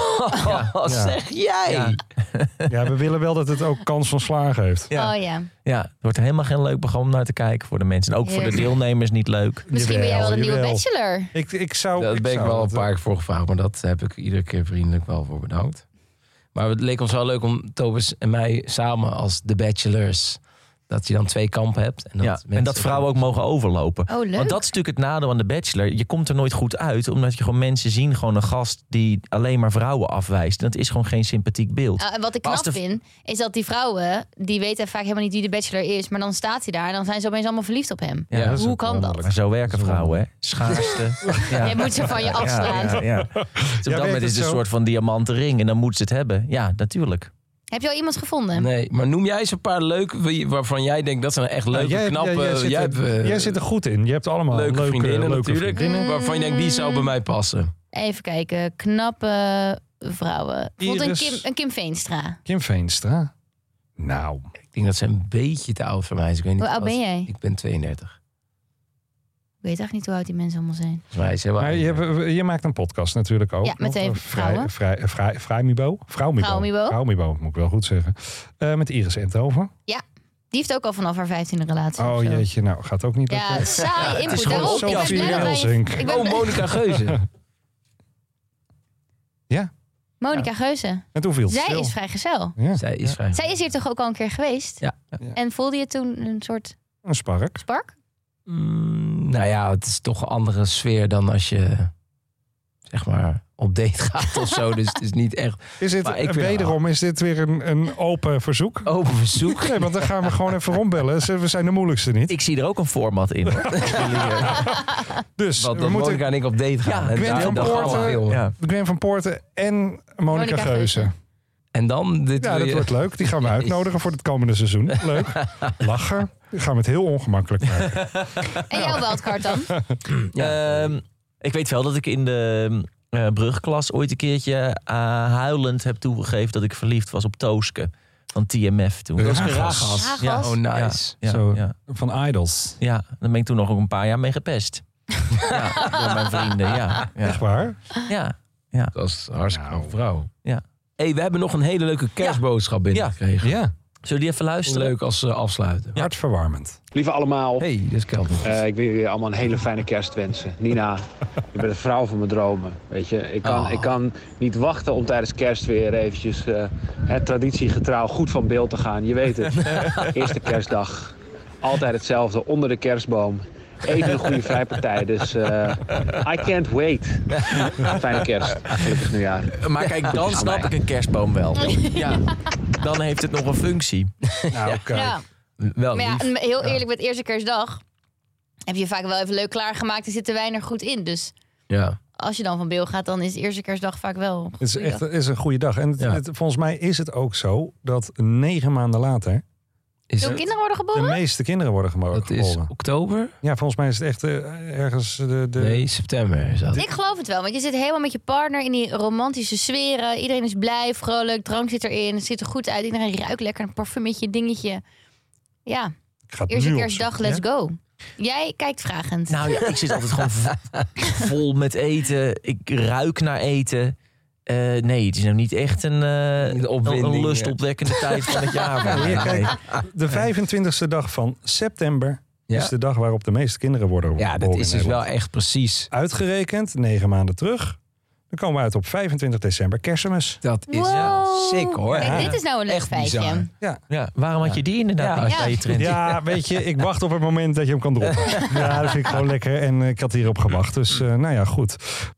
Zeg jij? Ja. Ja, we willen wel dat het ook kans van slagen heeft. Ja. Oh ja. Ja, het wordt helemaal geen leuk programma om naar te kijken voor de mensen. En ook voor de Heerlijk. deelnemers niet leuk. Misschien ben jij wel de nieuwe Jawel. bachelor. Ik zou... Daar ben ik zou wel een het- paar keer voor gevraagd, maar dat heb ik iedere keer vriendelijk wel voor bedankt. Maar het leek ons wel leuk om Tobes en mij samen als de bachelors, dat je dan 2 kampen hebt. En dat, Ja, en dat vrouwen ook mogen overlopen. Oh, leuk. Want dat is natuurlijk het nadeel aan de Bachelor. Je komt er nooit goed uit, omdat je gewoon mensen zien, gewoon een gast die alleen maar vrouwen afwijst. En dat is gewoon geen sympathiek beeld. En wat ik Maar knap als de- vind, is dat die vrouwen, die weten vaak helemaal niet wie de bachelor is. Maar dan staat hij daar en dan zijn ze opeens allemaal verliefd op hem. Ja, dat is Hoe ook kan wonderlijk. dat? Maar zo werken vrouwen, hè? Schaarste. Ja. Jij moet ze van je afslaan. Ja. Dus op dat werkt moment het is het een zo? soort van diamanten ring en dan moet ze het hebben. Ja, natuurlijk. Heb je al iemand gevonden? Nee, maar noem jij eens een paar leuke waarvan jij denkt dat zijn echt leuke, knappe. Jij zit er goed in. Je hebt allemaal leuke vriendinnen natuurlijk. vriendinnen. Waarvan je denkt die zou bij mij passen. Even kijken. Knappe vrouwen. Bijvoorbeeld Iris. een Kim Veenstra. Kim Veenstra. Nou, Ik denk dat ze een beetje te oud voor mij is. Ik weet niet Hoe oud ben jij? Ik ben 32. Ik weet echt niet hoe oud die mensen allemaal zijn. Volgens mij is ze wel. maar je maakt een podcast natuurlijk ook. Ja, met 2 vrouwen. Vrouwmibo. Vrouwmibo, moet ik wel goed zeggen. Met Iris Enthoven. Die heeft ook al vanaf haar 15e relatie. Oh of zo. jeetje, nou gaat ook niet Ja, lekker. saai input. gewoon Daarom, op ik ben Sophie blij dat wij- Elsink. ik ben Oh, blij- Monica Geuze. Monica Geuze. En toen viel het Zij stil. is vrijgezel. Ja, Zij is vrij. Zij is hier toch ook al een keer geweest? Ja. En voelde je toen een soort een spark. spark? Nou ja, het is toch een andere sfeer dan als je zeg maar op date gaat of zo. Dus het is niet echt Is dit Maar ik vind- wederom is dit weer een open verzoek? open verzoek. Nee, want dan gaan we gewoon even rondbellen. We zijn de moeilijkste niet. Ik zie er ook een format in. Hoor. Dus Want we dat moeten Monica en ik op date gaan. Ja, en Gwen daar van dan gaan we Poorten. filmen. Ja. Gwen van Poorten en Monica Geuze. En dan dit Ja, wil dat je- wordt leuk. Die gaan we uitnodigen voor het komende seizoen. Leuk. Lachen. Die gaan we het heel ongemakkelijk maken. En jouw wildcard dan? Ik weet wel dat ik in de brugklas ooit een keertje huilend heb toegegeven dat ik verliefd was op Tooske van TMF toen. Ragas. Ragas. Ja. Oh, nice. Ja, Zo. ja. Van Idols. Ja, daar ben ik toen nog ook een paar jaar mee gepest. Ja, door mijn vrienden. Ja, Echt waar? ja. Dat is een hartstikke Nou. knappe vrouw. Ja. Hey, we hebben nog een hele leuke kerstboodschap binnengekregen. Ja. Zullen die even luisteren? Leuk als afsluiten. Hartverwarmend. Lieve allemaal, Hey, dit is Kelvin. ik wil jullie allemaal een hele fijne kerst wensen. Nina, je bent de vrouw van mijn dromen. Weet je, ik kan niet wachten om tijdens kerst weer eventjes traditiegetrouw goed van beeld te gaan. Je weet het, eerste kerstdag, altijd hetzelfde, onder de kerstboom. Even een goede vrijpartij, dus I can't wait. Fijne kerst, gelukkig nieuwjaar. Maar kijk, dan snap ik een kerstboom wel. Ja. Dan heeft het nog een functie. Nou, kijk. Ja. Wel Maar ja, lief. heel eerlijk, met eerste kerstdag heb je vaak wel even leuk klaargemaakt en zit de wijn er goed in. Dus Ja. als je dan van Beel gaat, dan is de eerste kerstdag vaak wel een Het is goede echt dag. is een goede dag. En Ja. volgens mij is het ook zo dat 9 maanden later Is Veel het, kinderen worden de geboren? meeste kinderen worden dat is geboren. oktober? Ja, volgens mij is het echt ergens de... Nee, september is dat. Ik geloof het wel, want je zit helemaal met je partner in die romantische sferen. Iedereen is blij, vrolijk, drank zit erin, het ziet er goed uit. Iedereen ruikt lekker, een parfumetje, dingetje. Ja, Ik ga het eerste nu kerstdag, opzoeken, let's go. Jij kijkt vragend. Nou ja, ik zit altijd gewoon vol met eten. Ik ruik naar eten. Nee, het is nou niet echt een opwinding, lustopwekkende tijd van het jaar. voor mij. Ja, kijk, Nee. De 25e dag van september Ja. is de dag waarop de meeste kinderen worden Ja, geboren dat is in dus wel Nederland. echt precies. Uitgerekend, 9 maanden terug. Dan komen we uit op 25 december, Kerstmis. Dat is Wow. sick hoor. Kijk, dit is nou een leuk Echt bizar. feitje. Ja, waarom had je die inderdaad Ja. niet Ja. bij je trend? Ja, weet je, ik wacht op het moment dat je hem kan droppen. Ja, dat vind ik gewoon lekker. En ik had hierop gewacht. Dus nou ja, goed.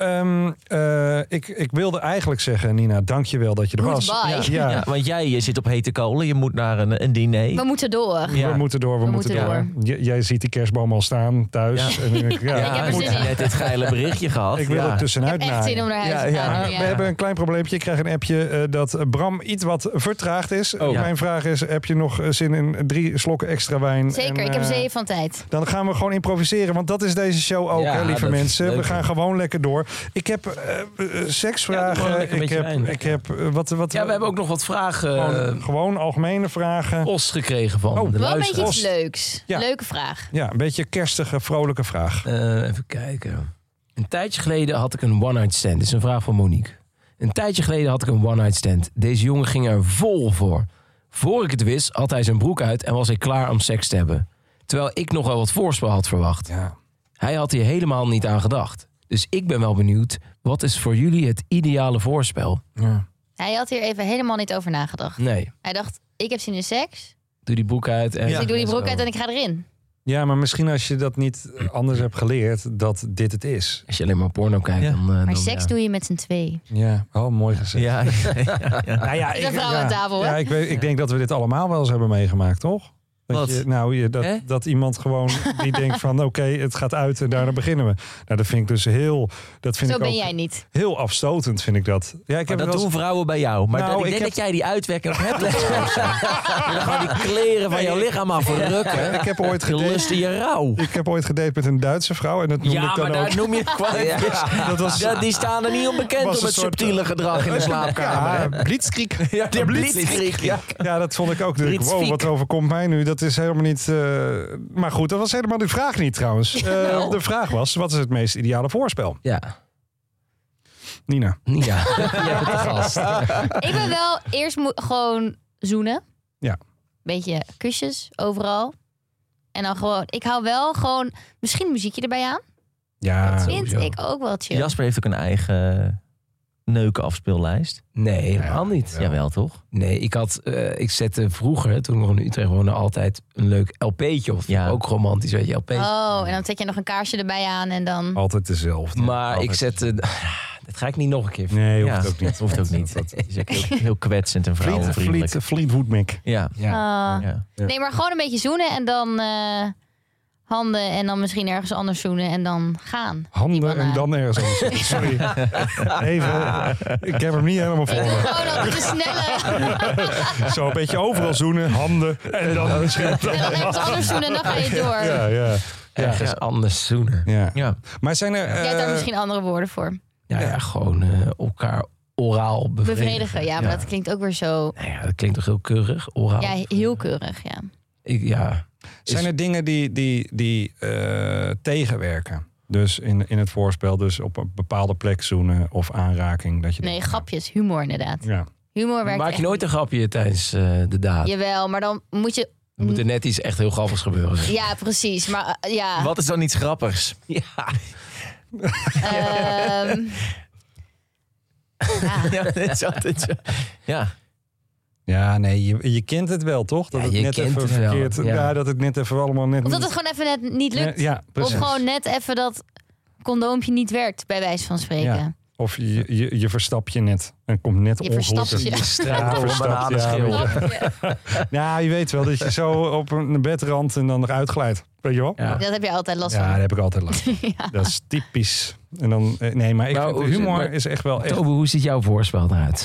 Ik wilde eigenlijk zeggen, Nina, dank je wel dat je er was. Goodbye. Ja, Ja, want jij zit op hete kolen. Je moet naar een diner. We moeten door. Ja. we moeten door, we moeten door. Jij ziet die kerstboom al staan thuis. Ja. En dan denk ik, ja, Ik heb er goed. zin in. net dit geile berichtje gehad. Ik wil Ja. er Ik tussenuit heb echt zin om naaien. naar huis Ja, te ja. gaan. Maar nu, we hebben een klein probleempje. Ik krijg een appje dat Bram iets wat vertraagd is. Oh. Mijn vraag is, heb je nog zin in 3 slokken extra wijn? Zeker, En, ik heb 7 van tijd. Dan gaan we gewoon improviseren, want dat is deze show ook, Ja, hè, lieve dat is mensen. leuk, We gaan hè. gewoon lekker door. Ik heb Ja, doe maar seksvragen. lekker een beetje wijn. Ik heb wat. Ja, we hebben ook nog wat vragen gewoon algemene vragen. post gekregen van de Wel een beetje luisteraars. iets leuks. Ja. Leuke vraag. Ja, een beetje kerstige, vrolijke vraag. Even kijken. Een tijdje geleden had ik een one-night stand. Dit is een vraag van Monique. Een tijdje geleden had ik een one-night stand. Deze jongen ging er vol voor. Voor ik het wist, had hij zijn broek uit en was hij klaar om seks te hebben. Terwijl ik nog wel wat voorspel had verwacht. Ja. Hij had hier helemaal niet aan gedacht. Dus ik ben wel benieuwd, wat is voor jullie het ideale voorspel? Ja. Hij had hier even helemaal niet over nagedacht. Nee, Hij dacht, ik heb zin in seks. doe die broek uit. En Dus ik doe die broek uit en ik ga erin. Ja, maar misschien als je dat niet anders hebt geleerd, dat dit het is. Als je alleen maar porno kijkt, Ja. dan... Maar seks doe je met z'n twee. Ja, oh, mooi gezegd. Ja, Nou ja, Is een vrouw aan tafel, hè? Ja, ik denk dat we dit allemaal wel eens hebben meegemaakt, toch? Wat? Hè? Dat iemand gewoon die denkt van oké, het gaat uit en daarna beginnen we. Nou, dat vind ik dus Zo ben jij niet. heel afstotend, vind ik dat. Ja, ik maar heb dat wel eens- doen vrouwen bij jou. Maar Nou, ik ik denk heb- dat jij die uitwerking nog hebt. Je gaat die kleren van jouw lichaam af verrukken. Ik heb ooit Je gedate. lust in je rouw. Ik heb ooit gedate met een Duitse vrouw en dat noemde Ja, ik dan maar ook. daar noem je het kwijt. Dat was, Die staan er niet onbekend was om een het soort- subtiele gedrag in de slaapkamer. hè? ja, blitzkrieg. Ja, de blitzkrieg. Ja. Ja, dat vond ik ook. Wow, Blitzkrieg. wat overkomt mij nu? Dat is helemaal niet... maar goed, dat was helemaal de vraag niet trouwens. De vraag was, wat is het meest ideale voorspel? Ja, Nina. ja. Jij bent de gast. Ik ben wel eerst gewoon zoenen. Ja. Beetje kusjes overal. En dan gewoon, ik hou wel gewoon misschien een muziekje erbij aan. Ja, Vind sowieso. ik ook wel chill. Jasper heeft ook een eigen neukenafspeellijst. Nee, helemaal niet. Jawel, toch? Nee, ik zette vroeger, toen ik nog in Utrecht woonde, altijd een leuk LP'tje. Of Ja. ook romantisch, weet je, LP. Oh, en dan zet je nog een kaarsje erbij aan en dan... altijd dezelfde. Maar Altijd. ik zette... Dat ga ik niet nog een keer. Nee, hoeft Ja, ook niet. Hoeft ook niet. Het is ook heel kwetsend en vrouwenvriendelijk. Fleetwood Mac. Ja. Ja. Ah. Ja. Nee, maar gewoon een beetje zoenen en dan handen en dan misschien ergens anders zoenen en dan gaan. Handen en dan ergens anders. Sorry. Even, ik heb hem niet helemaal voor Ik wil me. gewoon ook te snelle. Zo een beetje overal zoenen, handen en dan misschien... En dan ergens anders zoenen en dan ga je door. Ja. Ergens anders zoenen. Ja. Ja. Maar zijn er... Jij hebt daar misschien andere woorden voor. Ja, gewoon elkaar oraal Bevredigen, ja, maar dat klinkt ook weer zo... Nou ja, dat klinkt toch heel keurig, oraal. Ja, heel keurig, ja. Zijn er dingen die tegenwerken? Dus in het voorspel, dus op een bepaalde plek zoenen of aanraking. Dat je Nee, grapjes, humor inderdaad. Ja. Humor werkt Maak echt je nooit een grapje tijdens de daad? Jawel, maar dan moet je... Er moet er net iets echt heel grappigs gebeuren. Ja, precies. Maar ja. Wat is dan iets grappigs? Ja. Ja, dit is altijd zo. Ja. Ja, nee, je kent het wel, toch? Dat Ja, het je net kent even het wel, verkeerd... ja. Ja, dat het net even allemaal net Of dat niet... het gewoon even net niet lukt. Ja, precies. Of gewoon net even dat condoompje niet werkt, bij wijze van spreken. Ja. Of je verstap je net en komt net Je verstapt ongelukkig. je. Struikelt over een bananenschil. Ja, je weet wel dat je zo op een bedrand en dan eruit glijdt. Weet je wel? Ja. Dat heb je altijd last Ja, van. daar heb ik altijd last van. Ja. Dat is typisch. En dan, nee, maar ik Nou, vind humor maar- is echt wel echt... Tobe, hoe ziet jouw voorspel eruit?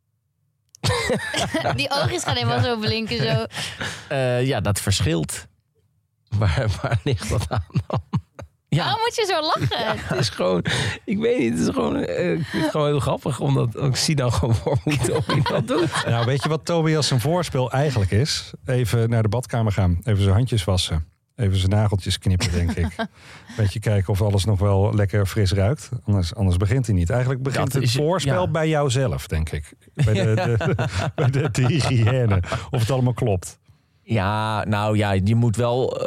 Die oogjes gaan helemaal zo blinken. Zo. Ja, dat verschilt. Waar ligt dat aan dan? Waarom moet je zo lachen? Het is gewoon, ik weet niet, het is gewoon, ik vind het gewoon heel grappig. Omdat ik zie dan gewoon voor hoe Toby dat doet. Nou, weet je wat Tobias zijn voorspel eigenlijk is? Even naar de badkamer gaan. Even zijn handjes wassen. Even zijn nageltjes knippen, denk ik. Beetje kijken of alles nog wel lekker fris ruikt. Anders begint hij niet. Eigenlijk begint Dat het is- voorspel ja. bij jouzelf, denk ik. Bij de hygiëne. Of het allemaal klopt. Ja, nou ja, je moet wel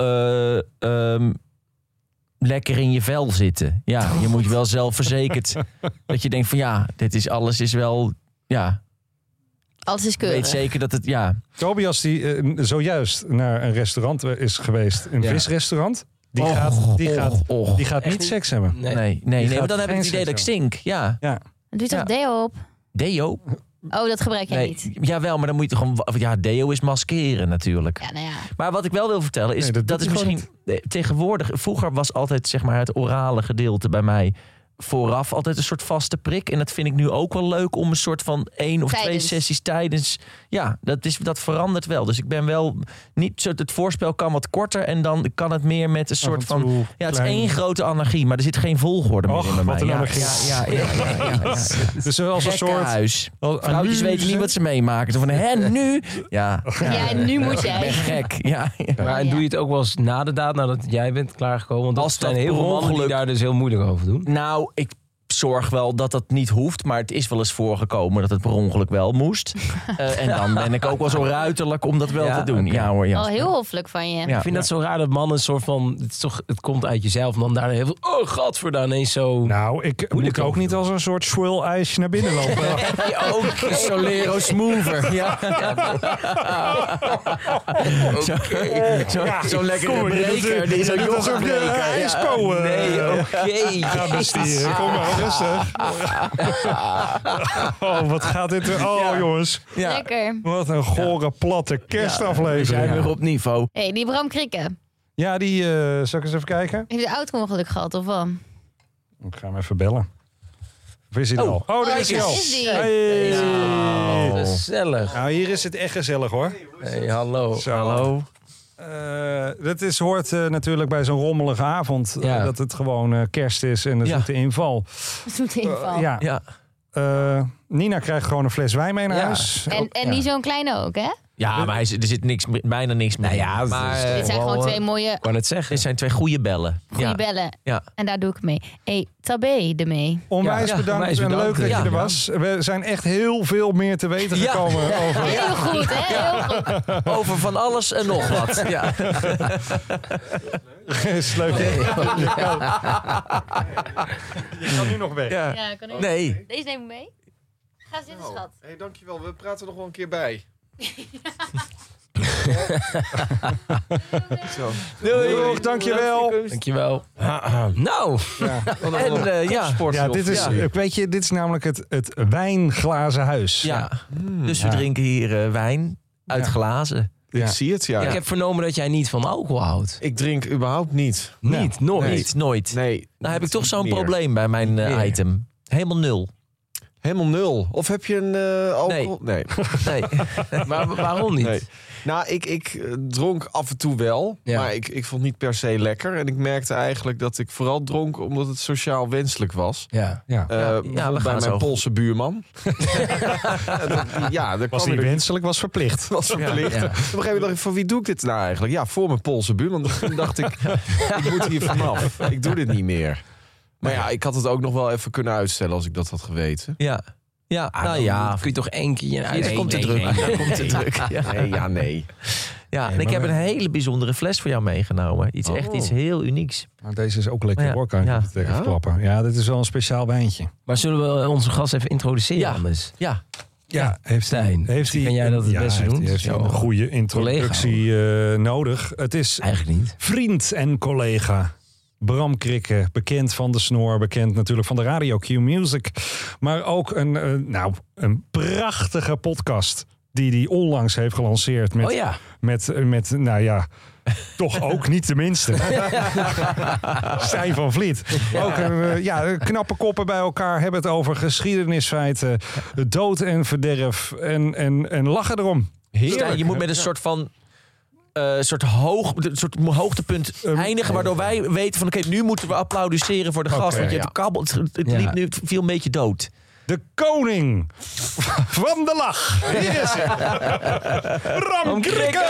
lekker in je vel zitten. Ja, je moet wel zelfverzekerd. Dat je denkt van ja, alles is wel... Ja, Alles is ik keurig. weet zeker dat het... Ja, Tobias die zojuist naar een restaurant is geweest. Een Ja. visrestaurant. Die Och, gaat niet seks hebben. nee, gaat maar dan heb ik het geen idee dat ik seks stink. Ja, Ja. Doe toch Ja. deo op? deo? Oh, dat gebruik jij niet. Jawel, maar dan moet je toch gewoon... Ja, deo is maskeren natuurlijk. Ja, nou ja. Maar wat ik wel wil vertellen is, Nee, dat dat doet is hij misschien tegenwoordig... Vroeger was altijd zeg maar het orale gedeelte bij mij vooraf altijd een soort vaste prik. En dat vind ik nu ook wel leuk om een soort van 1 of 2 Tijdens. sessies tijdens... Ja, dat verandert wel. Dus ik ben wel niet... Het voorspel kan wat korter en dan kan het meer met een soort en toe van... Ja, het is klein. 1 grote anarchie, maar er zit geen volgorde meer Och, in bij wat mij. een Ja, anarchie. ja. Dus als een soort... Gekkenhuis. Al- Vrouwtjes nu weten niet wat ze meemaken. Zo van, hè, nu? Ja. Ja, en nu moet Ik ben jij. gek. Ja. Maar en doe je het ook wel eens na de daad, nadat jij bent klaargekomen? Want Als dat zijn dat heel per veel mannen die ongeluk- daar dus heel moeilijk over doen. Nou, ik zorg wel dat dat niet hoeft. Maar het is wel eens voorgekomen dat het per ongeluk wel moest. En dan ben ik ook wel zo ruiterlijk om dat wel Ja, te doen. oké. Ja hoor, ja. Al heel hoffelijk van je. Ja. Ik vind dat zo raar dat mannen een soort van... Het komt uit jezelf en dan daar heel veel... Oh, gadverdamme, ineens zo... Nou, ik moet ook niet als een soort swirl ijsje naar binnen lopen. Ja, ook Solero Smoother. Ja. Zo'n lekkere breker. Die zo'n yoghurtbreker. ijspo. Nee, oké. Ga bestieren. Kom maar, rustig. Oh, wat gaat dit weer? Oh, jongens. Ja. Lekker. Wat een gore, platte We zijn kerstaflevering. weer op niveau. Hé, die Bram Krikke. Ja, die... zal ik eens even kijken? Heeft hij auto-ongeluk gehad of wat? Ik ga hem even bellen. Of is hij er al? Oh, daar is hij daar al. is die. Hey. Gezellig. Nou, hier is het echt gezellig, hoor. Hey, hallo. Zo. Hallo. Dat hoort natuurlijk bij zo'n rommelige avond. Ja. Dat het gewoon kerst is en er Ja. zit de inval. Dat doet hij inval. Ja. Ja. Nina krijgt gewoon een fles wijn mee naar Ja. huis. En niet zo'n kleine ook, hè? Ja, maar er zit bijna niks meer. Nou ja, maar het is- Dit zijn wel, gewoon 2 mooie Ik kan het zeggen. dit zijn 2 goede bellen. goede Ja. bellen. Ja. En daar doe ik mee. Hé, Tabé ermee. Onwijs Ja, bedankt onwijs en bedankt. leuk dat je Ja. er was. We zijn echt heel veel meer te weten Ja. gekomen over... Heel goed, hè? Heel goed. Over van alles en nog wat. Ja. is leuk. Je kan nu nog weg. Ja. Ja, kan ik. Nee. Deze neem ik mee. Ga zitten, schat. Hey, dankjewel. We praten nog wel een keer bij. Doei, dankjewel. Dankjewel. Nou. En ja. Ja, dit is, weet je, dit is namelijk het wijnglazen huis. Ja. Dus we drinken hier wijn uit glazen. Ja. Ik zie het, ja. Ik heb vernomen dat jij niet van alcohol houdt. Ik drink überhaupt niet. Niet, nooit. Niet, nooit. Nee. Nou heb ik toch zo'n meer. probleem bij mijn item. Helemaal 0. Helemaal 0. Of heb je een alcohol? Nee. Nee. Maar waarom niet? Nee. Nou, ik dronk af en toe wel. Ja. Maar ik vond het niet per se lekker. En ik merkte eigenlijk dat ik vooral dronk omdat het sociaal wenselijk was. Ja. Ja. Bijvoorbeeld bij mijn Poolse buurman. Ja, dat Was niet wenselijk, was verplicht. was verplicht. Ja. Op een gegeven moment dacht ik, van wie doe ik dit nou eigenlijk? Ja, voor mijn Poolse buurman. Toen dacht ik, ik moet hier vanaf. Ik doe dit niet meer. Maar ja, ik had het ook nog wel even kunnen uitstellen als ik dat had geweten. Ja. Ja, Ah, nou dan ja. kun je toch één keer... Dan komt de druk. Dan komt de druk. Ja. Nee. Ja, en Nee, ik heb maar- een hele bijzondere fles voor jou meegenomen. Echt iets heel unieks. Nou, deze is ook lekker Ja. hoor, kan je Ja. het even verklappen. Ja, dit is wel een speciaal wijntje. Maar zullen we onze gast even introduceren Ja. anders? Ja. Ja, heeft Stijn, hij kan jij dat het beste doen? Heeft hij Zo. een goede introductie nodig. Het is Eigenlijk niet. vriend en collega Bram Krikke, bekend van de Snor, bekend natuurlijk van de radio Q Music, maar ook een prachtige podcast die hij onlangs heeft gelanceerd met, Oh ja. met nou ja, toch ook niet de minste. Stijn van Vliet. Ook een knappe koppen bij elkaar hebben het over geschiedenisfeiten, dood en verderf en lachen erom. Stijn, je moet met een soort van... soort hoogtepunt eindigen, waardoor wij weten van oké, nu moeten we applaudisseren voor de gast. Want het kabbelt, het liep nu viel een beetje dood. De koning van de lach. Hier is hij. Bram Krikke!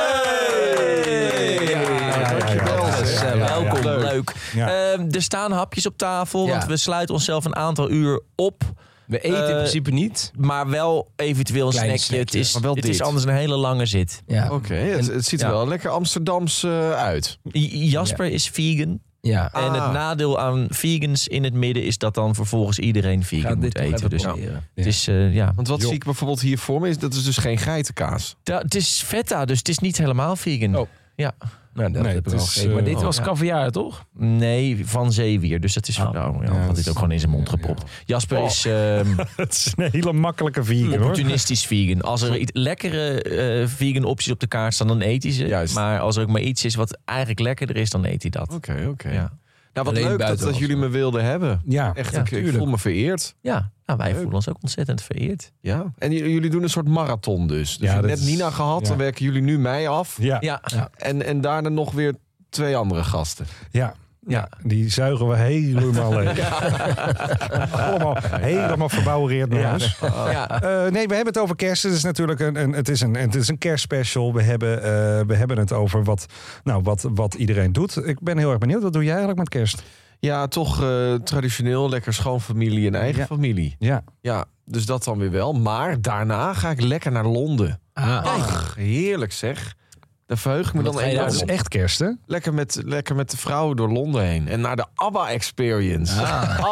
Welkom, leuk. Ja. Er staan hapjes op tafel, want Ja. we sluiten onszelf een aantal uur op. We eten in principe niet. Maar wel eventueel een Kleine snackje. Het snackje. Maar wel is dit. anders een hele lange zit. Ja. Oké, het ziet er wel lekker Amsterdams uit. Jasper is vegan. Ja. En het nadeel aan vegans in het midden is dat dan vervolgens iedereen vegan Ga dit moet toch eten. even Dus proberen. het is, Want wat zie ik bijvoorbeeld hier voor me is, dat is dus geen geitenkaas. het is feta, dus het is niet helemaal vegan. Oh. Ja. Nou, dat Nee, heb ik het al is, gegeten. Maar dit was ja. caviar, toch? Nee, van zeewier. Dus dat is Oh. had dit ook gewoon in zijn mond gepropt. Jasper is Het is een hele makkelijke vegan hoor. opportunistisch vegan. Als er iets lekkere vegan opties op de kaart staan, dan eet hij ze. Juist. Maar als er ook maar iets is wat eigenlijk lekkerder is, dan eet hij dat. Oké. Ja. Nou, wat Alleen leuk buiten dat jullie me wilden hebben. Ja, Echt, Ja, ik voel me vereerd. Ja, nou, wij voelen ons ook ontzettend vereerd. Ja. En jullie doen een soort marathon dus. Dus Ja, je hebt dat net is- Nina gehad, ja. dan werken jullie nu mij af. ja. Ja, En daarna nog weer 2 andere gasten. Ja. Ja, die zuigen we helemaal leeg. Allemaal helemaal verbouwereerd naar huis. Nee, we hebben het over kerst. Het is natuurlijk het is een kerstspecial. We hebben het over wat iedereen doet. Ik ben heel erg benieuwd. Wat doe jij eigenlijk met kerst? Ja, toch traditioneel lekker schoonfamilie en eigen familie. Ja. Ja, dus dat dan weer wel. Maar daarna ga ik lekker naar Londen. Ach, heerlijk zeg. Daar verheug ik me dan ga je enorm daar Dat is op. echt kerst, hè? Lekker met de vrouwen door Londen heen. En naar de ABBA-experience.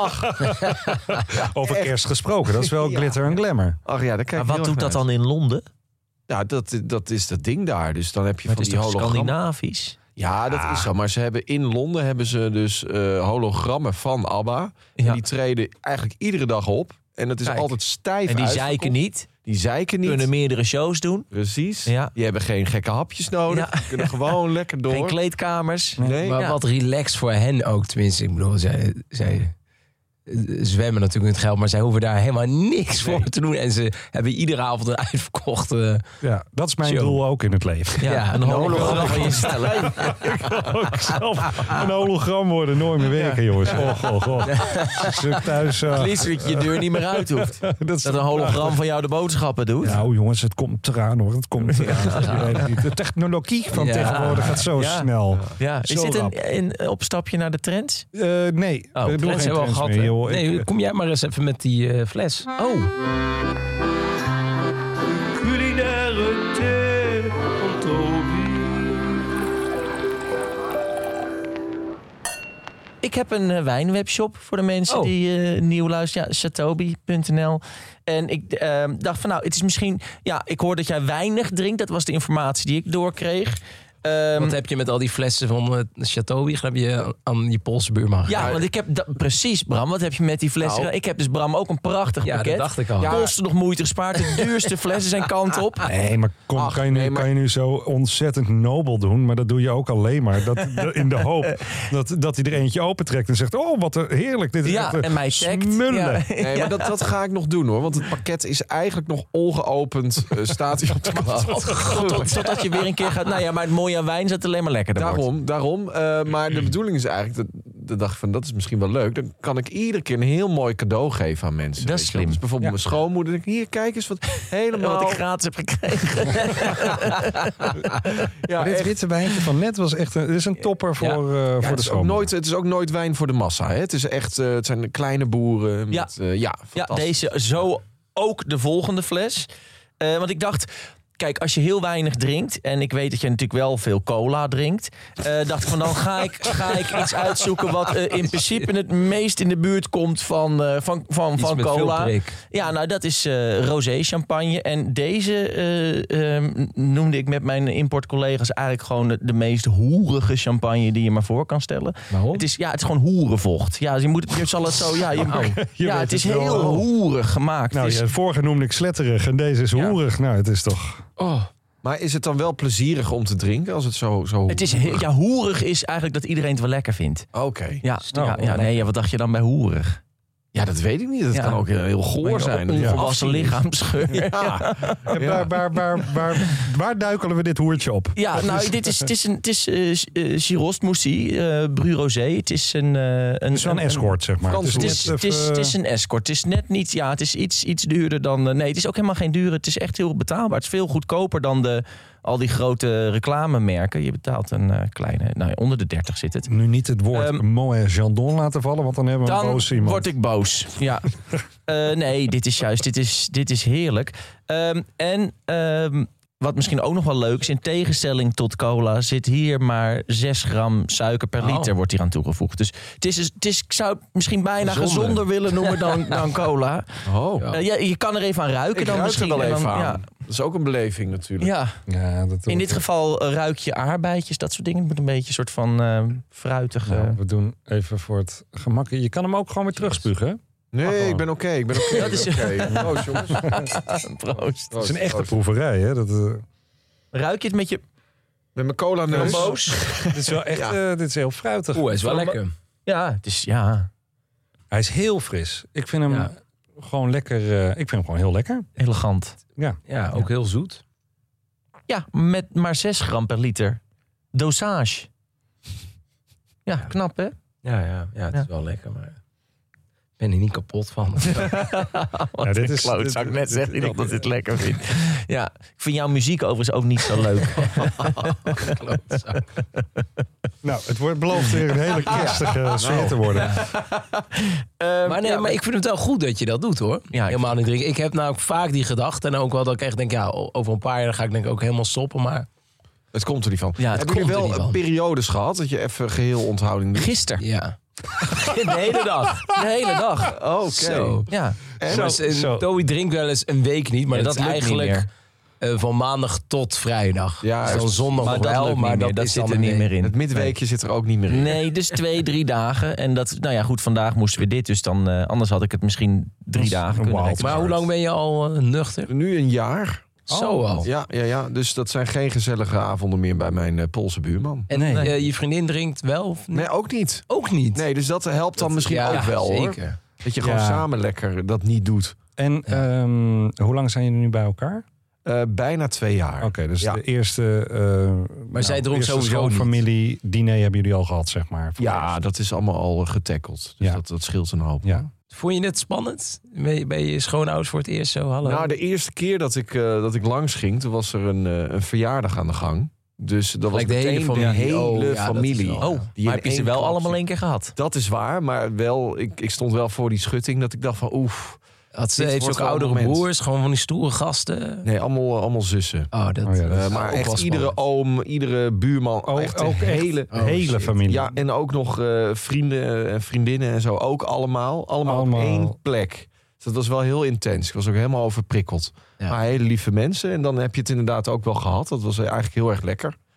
Over kerst gesproken. Dat is wel glitter en glamour. Ach ja, daar kijk maar ik wat heel doet erg dat naar dan in Londen? uit. Ja, dat is dat ding daar. Dus dan heb je Maar van het is die toch hologrammen. Scandinavisch? Ja, dat is zo. Maar ze hebben in Londen hebben ze dus hologrammen van ABBA. Ja. En die treden eigenlijk iedere dag op. En het is Kijk. altijd stijf En die uitverkocht. zeiken niet? Die zeiken niet. Kunnen meerdere shows doen? Precies. Ja. Die hebben geen gekke hapjes nodig. Ja. Die kunnen gewoon lekker door. Geen kleedkamers? Nee. Maar Ja. wat relaxed voor hen ook. Tenminste, ik bedoel, zij zwemmen natuurlijk in het geld, maar zij hoeven daar helemaal niks voor te doen. En ze hebben iedere avond een uitverkochte... Ja, dat is mijn Show. doel ook in het leven. Ja, een hologram van je stellen. Ook zelf een hologram worden, nooit meer werken, jongens. Oh. Als ik thuis... Het liefst dat je je deur niet meer uit hoeft. dat is Dat een hologram van jou de boodschappen doet. Nou jongens, het komt eraan hoor. Het komt eraan. Je weet het niet. De technologie van Ja. tegenwoordig gaat zo Ja. snel. Ja, is Zo dit rap. een opstapje naar de trends? Nee, Oh, ik bedoel trends geen hebben we al trends gehad. meer, hè? joh. Nee, kom jij maar eens even met die fles. Oh, Culinaire thee van Toby. ik heb een wijnwebshop voor de mensen Oh. die nieuw luisteren. Ja, chatobi.nl. En ik dacht van nou, het is misschien... Ja, ik hoor dat jij weinig drinkt. Dat was de informatie die ik doorkreeg. Wat heb je met al die flessen van Chateau? Wie heb je aan je Poolse buurman gegeven? Ja, want ik heb... Precies, Bram. Wat heb je met die flessen? Nou. Ik heb dus Bram ook een prachtig pakket. dat dacht ik al. Ja. Kosten nog moeite gespaard. De duurste flessen zijn kant op. Nee, maar kan je nu zo ontzettend nobel doen? Maar dat doe je ook alleen maar. In de hoop dat hij er eentje opentrekt en zegt... Oh, wat heerlijk. Dit is echt en mij tagt. smullen. Ja. Nee, maar dat ga ik nog doen hoor. Want het pakket is eigenlijk nog ongeopend. Staat hij op de kast. Totdat je weer een keer gaat... Nou ja, maar het mooie aan wijn is dat het alleen maar lekkerder wordt. Daarom. Maar de bedoeling is eigenlijk... De dag van dat is misschien wel leuk. Dan kan ik iedere keer een heel mooi cadeau geven aan mensen. Dat is weet je wel. slim. Dus bijvoorbeeld mijn schoonmoeder. Dan denk ik, hier, kijk eens wat helemaal... Wat ik gratis heb gekregen. Maar dit witte wijntje van net was echt dit is een topper voor de schoonmoeder. Het is ook nooit wijn voor de massa. Hè? Het is echt, het zijn kleine boeren. Met, Deze zo ook de volgende fles. Want ik dacht... Kijk, als je heel weinig drinkt... en ik weet dat je natuurlijk wel veel cola drinkt... dacht ik van dan ga ik iets uitzoeken... wat in principe het meest in de buurt komt van cola. Ja, nou dat is rosé champagne. En deze noemde ik met mijn importcollega's... eigenlijk gewoon de meest hoerige champagne die je maar voor kan stellen. Waarom? Het is gewoon hoerenvocht. Ja, je zal het zo... het is heel hoerig gemaakt. Nou, het is, vorige noemde ik sletterig en deze is hoerig. Nou, het is toch... Oh. Maar is het dan wel plezierig om te drinken als het zo het is hoerig is eigenlijk dat iedereen het wel lekker vindt. Oké. Wat dacht je dan bij hoerig? Ja, dat weet ik niet. Dat kan ook heel goor zijn. Onvolwassen lichaamsgeur. Ja. Waar duikelen we dit hoertje op? Ja, nou, het is Girost Moussi, Bru Rosé. Het is een escort, zeg maar. Het is een escort. Het is net niet... Ja, het is iets duurder dan... nee, het is ook helemaal geen duur. Het is echt heel betaalbaar. Het is veel goedkoper dan al die grote reclamemerken. Je betaalt een kleine... Nou, onder de 30 zit het. Nu niet het woord Moët Chandon laten vallen, want dan hebben we een boos iemand. Dan word ik boos, ja. Nee, dit is juist... Dit is heerlijk. Wat misschien ook nog wel leuk is... in tegenstelling tot cola zit hier maar 6 gram suiker per liter wordt hier aan toegevoegd. Dus ik zou het misschien bijna gezonder willen noemen dan cola. Je kan er even aan ruiken. Dan misschien wel even aan. Dat is ook een beleving natuurlijk. Ja in dit geval ruik je aardbeidjes, dat soort dingen. Het moet een beetje een soort van fruitige... Nou, we doen even voor het gemak. Je kan hem ook gewoon weer terugspugen, hè? Nee, ik ben oké. Dat is Proost, jongens. Proost. Het is een echte proeverij, hè? Ruik je het met je... Met mijn cola-neus. Boos. Dit is wel echt... dit is heel fruitig. Hij is wel lekker. Ja, het is... Ja. Hij is heel fris. Ik vind hem gewoon lekker... ik vind hem gewoon heel lekker. Elegant. Ja, ook heel zoet. Ja, met maar 6 gram per liter. Dosage. Ja, knap hè? Ja, het is wel lekker, maar... Ik ben er niet kapot van. Dit is klootzak. Net zegt hij nog dat dit lekker vindt. Ja, ik vind jouw muziek overigens ook niet zo leuk. Nou, het belooft weer een hele kerstige sfeer te worden. Maar ik vind het wel goed dat je dat doet, hoor. Ja, helemaal niet drinken. Ik heb nou ook vaak die gedachte. En ook wel dat ik echt denk, over een paar jaar ga ik denk ik ook helemaal stoppen. Maar het komt er niet van. Ja, hebben jullie wel periodes gehad dat je even geheel onthouding doet? Gisteren. Ja. De hele dag. Oké. Ja. Toby drinkt wel eens een week niet. Maar dat is eigenlijk van maandag tot vrijdag. Ja, dus dan zondag maar nog dat wel. Maar dat zit er niet meer in. Het midweekje zit er ook niet meer in. Nee, dus 2-3 dagen. En dat, nou ja, goed, vandaag moesten we dit. Dus dan, anders had ik het misschien 3 dagen kunnen rekenen. Maar hoe lang ben je al nuchter? Nu een jaar. Zo al. Ja. Dus dat zijn geen gezellige avonden meer bij mijn Poolse buurman. En je vriendin drinkt wel? Of niet? Nee, ook niet. Ook niet? Nee, dus dat helpt dan misschien ook wel, zeker. Hoor. Dat je gewoon samen lekker dat niet doet. En hoe lang zijn jullie nu bij elkaar? Bijna 2 jaar. Oké, dus de eerste... maar zij dronk sowieso niet. Familie diner hebben jullie al gehad, zeg maar. Ja, dat is allemaal al getackeld. Dus dat scheelt een hoop. Ja. Vond je het spannend? Ben je schoonouders voor het eerst zo? Hallo? Nou, de eerste keer dat ik langs ging, toen was er een verjaardag aan de gang. Dus dat was de hele familie. Maar heb je ze wel allemaal 1 keer gehad? Dat is waar, maar wel, ik stond wel voor die schutting dat ik dacht van oef. Heeft ze ook oudere broers, gewoon van die stoere gasten? Nee, allemaal zussen. Maar echt iedere oom, iedere buurman. Ook hele familie. Ja, en ook nog vrienden en vriendinnen en zo. Ook allemaal op 1 plek. Dus dat was wel heel intens. Ik was ook helemaal overprikkeld. Ja. Maar hele lieve mensen. En dan heb je het inderdaad ook wel gehad. Dat was eigenlijk heel erg lekker.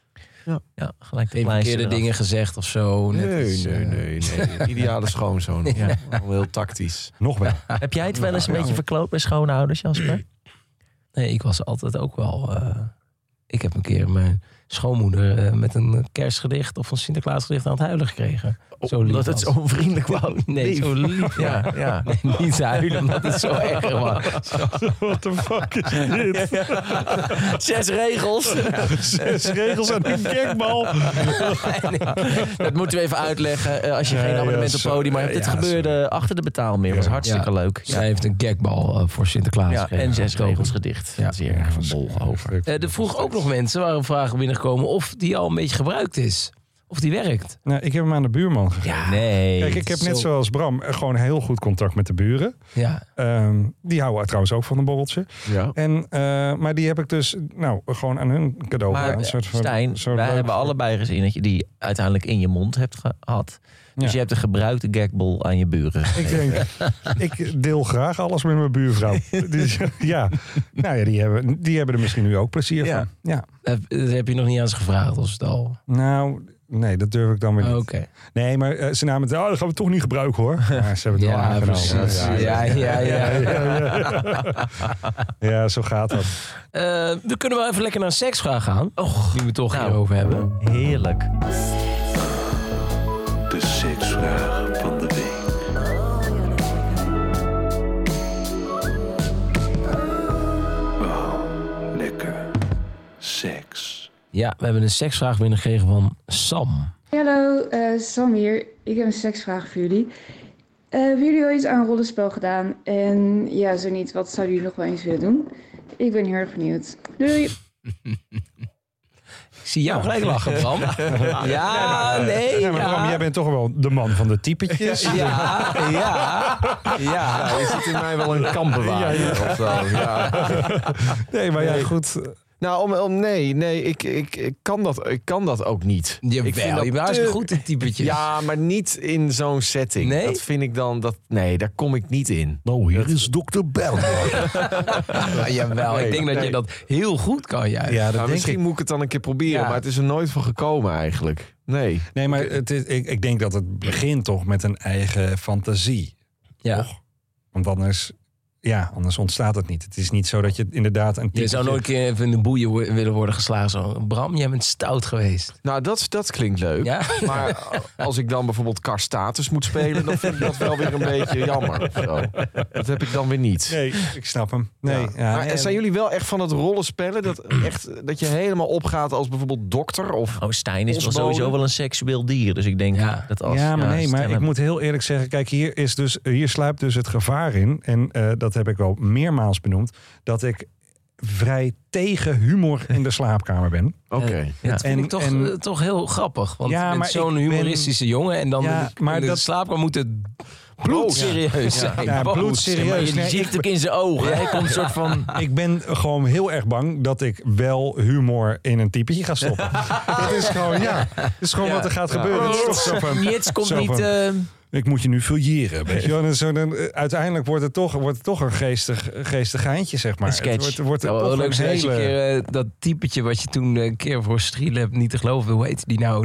Ja, gelijk de Geen kleinste verkeerde eraf. dingen gezegd of zo. Net Nee. Ideale schoonzoon. Ja. Wel heel tactisch. Nog wel. Heb jij het wel eens een beetje verkloot bij schoonouders, Jasper? Nee, ik was altijd ook wel... ik heb een keer mijn schoonmoeder met een kerstgedicht of een Sinterklaasgedicht aan het huilen gekregen. Zo lief Omdat het was. zo vriendelijk was. Nee, zo lief. Ja. Nee, niet huilen, omdat het zo erg was. What the fuck is dit? 6 regels. 6 regels aan een gekbal. Dat moeten we even uitleggen. Als je geen Nee, abonnement ja, op Podium maar hebt. Dit ja, gebeurde achter de betaalmuur. Dat was hartstikke leuk. Zij heeft een gagbal voor Sinterklaas Ja, gekregen. en 6 regels gedicht. Ja. Dat is hier erg verbolgen over. Er vroeg ook nog mensen, waren vragen binnengekomen, of die al een beetje gebruikt is. Of die werkt. Nou, ik heb hem aan de buurman gegeven. Ja, Nee. Kijk, ik heb net zoals Bram gewoon heel goed contact met de buren. ja. Die houden trouwens ook van een borreltje. Ja. En, maar die heb ik dus gewoon aan hun cadeau gedaan. Maar Een soort van- Stijn, soort wij leuk- hebben allebei gezien dat je die uiteindelijk in je mond hebt gehad. Dus Ja. je hebt een gebruikte gagball aan je buren gegeven. Ik deel graag alles met mijn buurvrouw. Dus, ja. Nou ja, die hebben er misschien nu ook plezier Ja. van. Ja. Dat heb je nog niet aan ze gevraagd, als het al... Nou, nee, dat durf ik dan weer niet. Oké. Nee, maar ze namen het, dat gaan we toch niet gebruiken hoor. Maar ze hebben het wel Ja, aangenomen. precies. Ja. Ja, zo gaat dat. Dan kunnen we even lekker naar een seksvraag gaan. Och, Die we het toch nou. hierover hebben. heerlijk. De seksvraag van de week. Oh, lekker. Seks. Ja, we hebben een seksvraag binnengekregen van Sam. Hallo, Sam hier. Ik heb een seksvraag voor jullie. Hebben jullie ooit aan een rollenspel gedaan? En ja, zo niet, wat zouden jullie nog wel eens willen doen? Ik ben heel erg benieuwd. Doei! Ik zie jou gelijk lachen, Bram. Ja, nee. Ja, maar Bram, jij bent toch wel de man van de typetjes. Ja. Ja, je ziet in mij wel een kampbewaarder of zo. Ja. Nee, maar ja, goed. Nou, nee, ik kan dat ook niet. Ik vind dat je bent hartstikke goed in typetjes. Ja, maar niet in zo'n setting. Nee? Dat vind ik dan... Nee, daar kom ik niet in. Nou, hier is dokter Belmer. Ja, jawel, Nee, ik denk dat nee. je dat heel goed kan, juist. Ja, dat Nou, denk misschien ik. moet ik het dan een keer proberen, Ja. maar het is er nooit van gekomen eigenlijk. Nee. Nee, maar ik denk dat het begint toch met een eigen fantasie. Ja. Toch? Want anders ontstaat het niet. Het is niet zo dat je inderdaad een Je typetje... zou nooit een keer even in de boeien willen worden geslagen. Zo. Bram, jij bent stout geweest. Nou, dat klinkt leuk. Ja? Maar als ik dan bijvoorbeeld Karstatus moet spelen, dan vind ik dat wel weer een beetje jammer. of zo. Dat heb ik dan weer niet. Nee, ik snap hem. Nee, Maar zijn jullie wel echt van het rollenspellen? Dat je helemaal opgaat als bijvoorbeeld dokter? Of Oh, Stijn is wel Postbode? sowieso wel een seksueel dier. Dus ik denk Ja. dat als... Ja, maar stel ik hem. moet heel eerlijk zeggen... Kijk, hier sluipt dus het gevaar in. En dat heb ik wel meermaals benoemd. Dat ik vrij tegen humor in de slaapkamer ben. Oké. Ja. Dat vind ik toch heel grappig. Want Ja, je maar bent zo'n ik ben- humoristische jongen. En dan Ja, maar in de dat- slaapkamer moet het bloedserieus zijn. Ja, Boos. bloedserieus. Maar je Nee, ziet het ook in zijn ogen. Hij komt een soort van... Ik ben gewoon heel erg bang dat ik wel humor in een typetje ga stoppen. Dat is gewoon, dat is gewoon wat er gaat gebeuren. Het is toch zo van, Niets komt zo niet... van, ik moet je nu fouilleren, weet je wel. En zo, uiteindelijk wordt het toch een geestig geintje, zeg maar. Een sketch. Het wordt Nou, toch wel leuk een zijn als je een hele... keer dat typetje wat je toen een keer voor Striel hebt niet te geloven. Hoe heet die nou?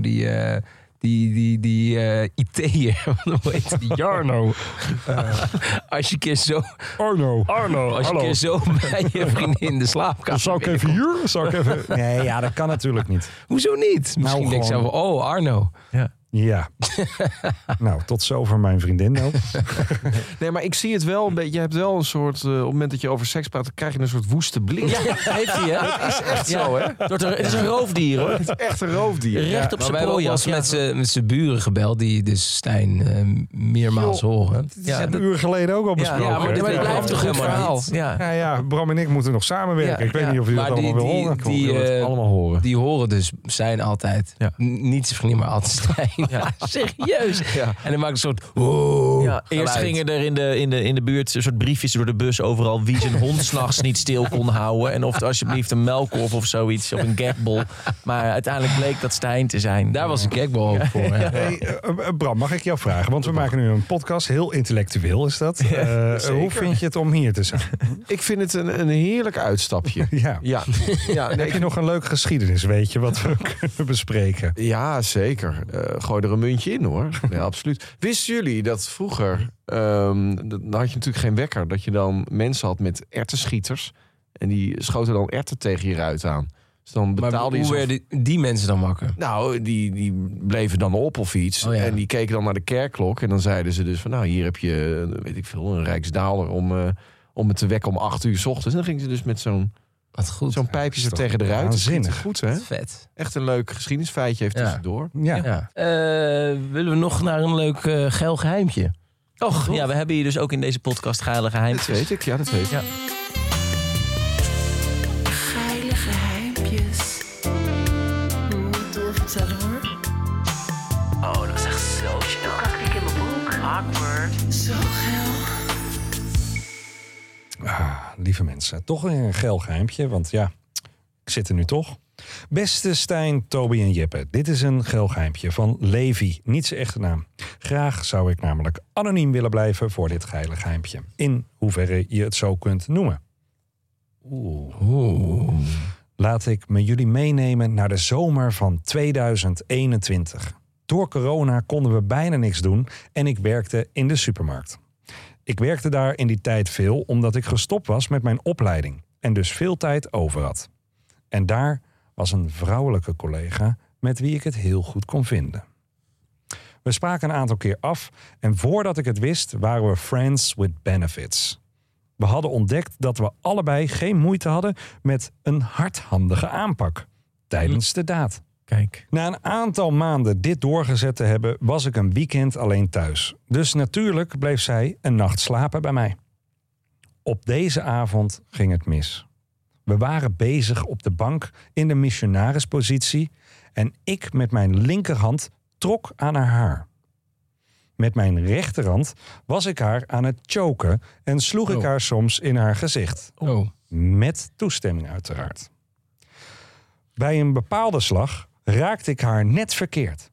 Die IT'er. Hoe heet die? Jarno. Als je een keer zo... Arno. Als je een keer zo bij je vriendin in de slaapkamer... Zal ik even hier? Zal ik even... Nee, ja, dat kan natuurlijk niet. Hoezo niet? Misschien denk je zo van, oh Arno. Ja. Nou, tot zover mijn vriendin ook. Nee, maar ik zie het wel een beetje. Je hebt wel een soort... op het moment dat je over seks praat, dan krijg je een soort woeste blik. Ja, heeft hij, hè? Dat is echt zo, hè? Het is een roofdier, hoor. Het is echt een roofdier. Recht op Maar zijn wij hebben prooi. ons met zijn buren gebeld, die dus Stijn meermaals horen. Ja, een uur geleden ook al besproken. Ja, maar dit Maar het blijft blijft toch een goed helemaal verhaal. niet? Ja. Ja, Bram en ik moeten nog samenwerken. Ik weet niet of u dat Maar allemaal wil horen. het allemaal horen. Die horen dus zijn altijd. Ja. Niet zijn vriendin, maar altijd Stijn. Ja, serieus. Ja. En dan maakt een soort... Oh. Ja, eerst gingen er in de buurt een soort briefjes door de bus overal wie zijn hond 's nachts niet stil kon houden. En of alsjeblieft een melkkorf of zoiets, of een gagball. Maar uiteindelijk bleek dat Stijn te zijn. Daar was een gagball ook voor. Ja. Hey, Bram, mag ik jou vragen? Want we maken nu een podcast, heel intellectueel is dat. Hoe vind je het om hier te zijn? Ik vind het een heerlijk uitstapje. Ja. Heb je nog een leuke geschiedenis, weet je, wat we kunnen bespreken? Ja, zeker. Gooi er een muntje in, hoor. Ja, absoluut. Wisten jullie dat vroeger, dan had je natuurlijk geen wekker, dat je dan mensen had met erwtenschieters en die schoten dan erwten tegen je ruit aan. Dus dan betaalde maar hoe werden die mensen dan wakker? Nou, die bleven dan op of iets. Oh, ja. En die keken dan naar de kerkklok. En dan zeiden ze dus van, nou, hier heb je, weet ik veel, een rijksdaalder om het te wekken om 8 uur 's ochtends. En dan gingen ze dus met zo'n pijpje zo tegen de ruit. Waanzinnig. Goed, hè? Vet. Echt een leuk geschiedenisfeitje heeft tussendoor. Ja. Willen we nog naar een leuk geil geheimpje? Och, ja, we hebben hier dus ook in deze podcast geile geheimpjes. Dat weet ik, ja, dat weet ik. Ja. Geile geheimpjes. Doorvertellen hoor. Oh, dat is echt zo snel. Kan ik in mijn broek? Awkward. Zo geil. Lieve mensen, toch weer een geil geheimpje, want ja, ik zit er nu toch. Beste Stijn, Toby en Jeppe, dit is een geil geheimpje van Levi, niet zijn echte naam. Graag zou ik namelijk anoniem willen blijven voor dit geile geheimpje. In hoeverre je het zo kunt noemen. Laat ik met jullie meenemen naar de zomer van 2021. Door corona konden we bijna niks doen en ik werkte in de supermarkt. Ik werkte daar in die tijd veel omdat ik gestopt was met mijn opleiding en dus veel tijd over had. En daar was een vrouwelijke collega met wie ik het heel goed kon vinden. We spraken een aantal keer af en voordat ik het wist waren we friends with benefits. We hadden ontdekt dat we allebei geen moeite hadden met een hardhandige aanpak tijdens de daad. Kijk. Na een aantal maanden dit doorgezet te hebben, was ik een weekend alleen thuis. Dus natuurlijk bleef zij een nacht slapen bij mij. Op deze avond ging het mis. We waren bezig op de bank in de missionarispositie en ik met mijn linkerhand trok aan haar haar. Met mijn rechterhand was ik haar aan het choken en sloeg ik haar soms in haar gezicht. Met toestemming uiteraard. Bij een bepaalde slag raakte ik haar net verkeerd.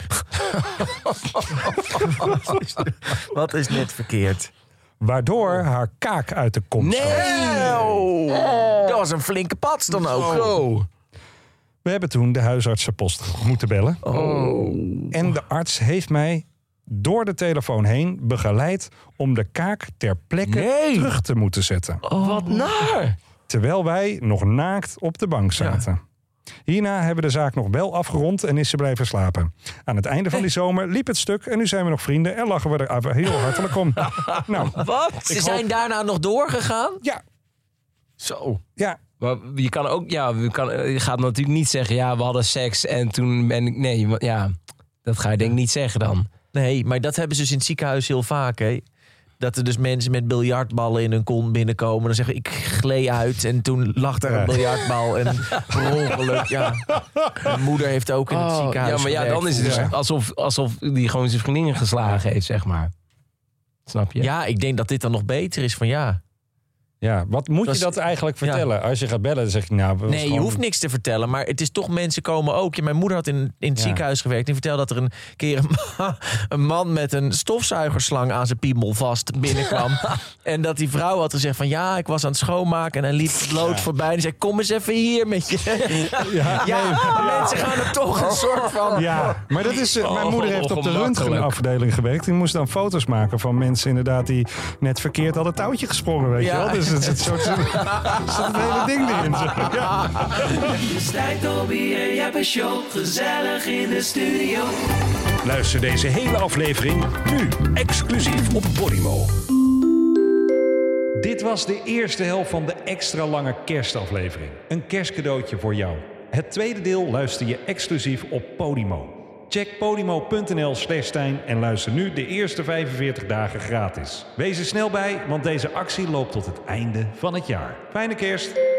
Wat is net verkeerd? Waardoor haar kaak uit de kom schoot. Dat was een flinke pats dan ook. We hebben toen de huisartsenpost moeten bellen. En de arts heeft mij door de telefoon heen begeleid om de kaak ter plekke terug te moeten zetten. Wat naar! Terwijl wij nog naakt op de bank zaten. Hierna hebben we de zaak nog wel afgerond en is ze blijven slapen. Aan het einde van die zomer liep het stuk en nu zijn we nog vrienden en lachen we er heel hartelijk om. Nou, wat? Ze zijn daarna nog doorgegaan? Ja. Zo. Ja. Maar je kan ook, je gaat natuurlijk niet zeggen, ja, we hadden seks en toen ben ik, nee, ja, dat ga je denk ik niet zeggen dan. Nee, maar dat hebben ze dus in het ziekenhuis heel vaak, hè. Dat er dus mensen met biljartballen in hun kont binnenkomen. Dan zeggen ik gleed uit en toen lag daar een biljartbal. En per ongeluk, ja. Mijn moeder heeft ook in het ziekenhuis Ja, maar ja, dan is het dus alsof die gewoon zijn vriendin geslagen heeft, zeg maar. Snap je? Ja, ik denk dat dit dan nog beter is van ja. Ja, wat moet je dat eigenlijk vertellen? Als je gaat bellen, dan zeg je nou... Nee, je hoeft niks te vertellen. Maar het is toch, mensen komen ook. Ja, mijn moeder had in het ziekenhuis gewerkt. En vertelde dat er een keer een man met een stofzuigerslang aan zijn piemel vast binnenkwam. En dat die vrouw had gezegd van ja, ik was aan het schoonmaken. En hij liep het lood voorbij. En zei, kom eens even hier met je. Maar mensen gaan er toch een soort van... Ja, maar dat is... mijn moeder heeft op de röntgenafdeling gewerkt. Die moest dan foto's maken van mensen inderdaad die net verkeerd hadden touwtje gesprongen, weet je wel. Dus het zit het hele ding erin. Ja. De Stijn, Toby en Jeppe Show, gezellig in de studio. Luister deze hele aflevering nu exclusief op Podimo. Dit was de eerste helft van de extra lange kerstaflevering. Een kerstcadeautje voor jou. Het tweede deel luister je exclusief op Podimo. Check podimo.nl/Stijn en luister nu de eerste 45 dagen gratis. Wees er snel bij, want deze actie loopt tot het einde van het jaar. Fijne kerst!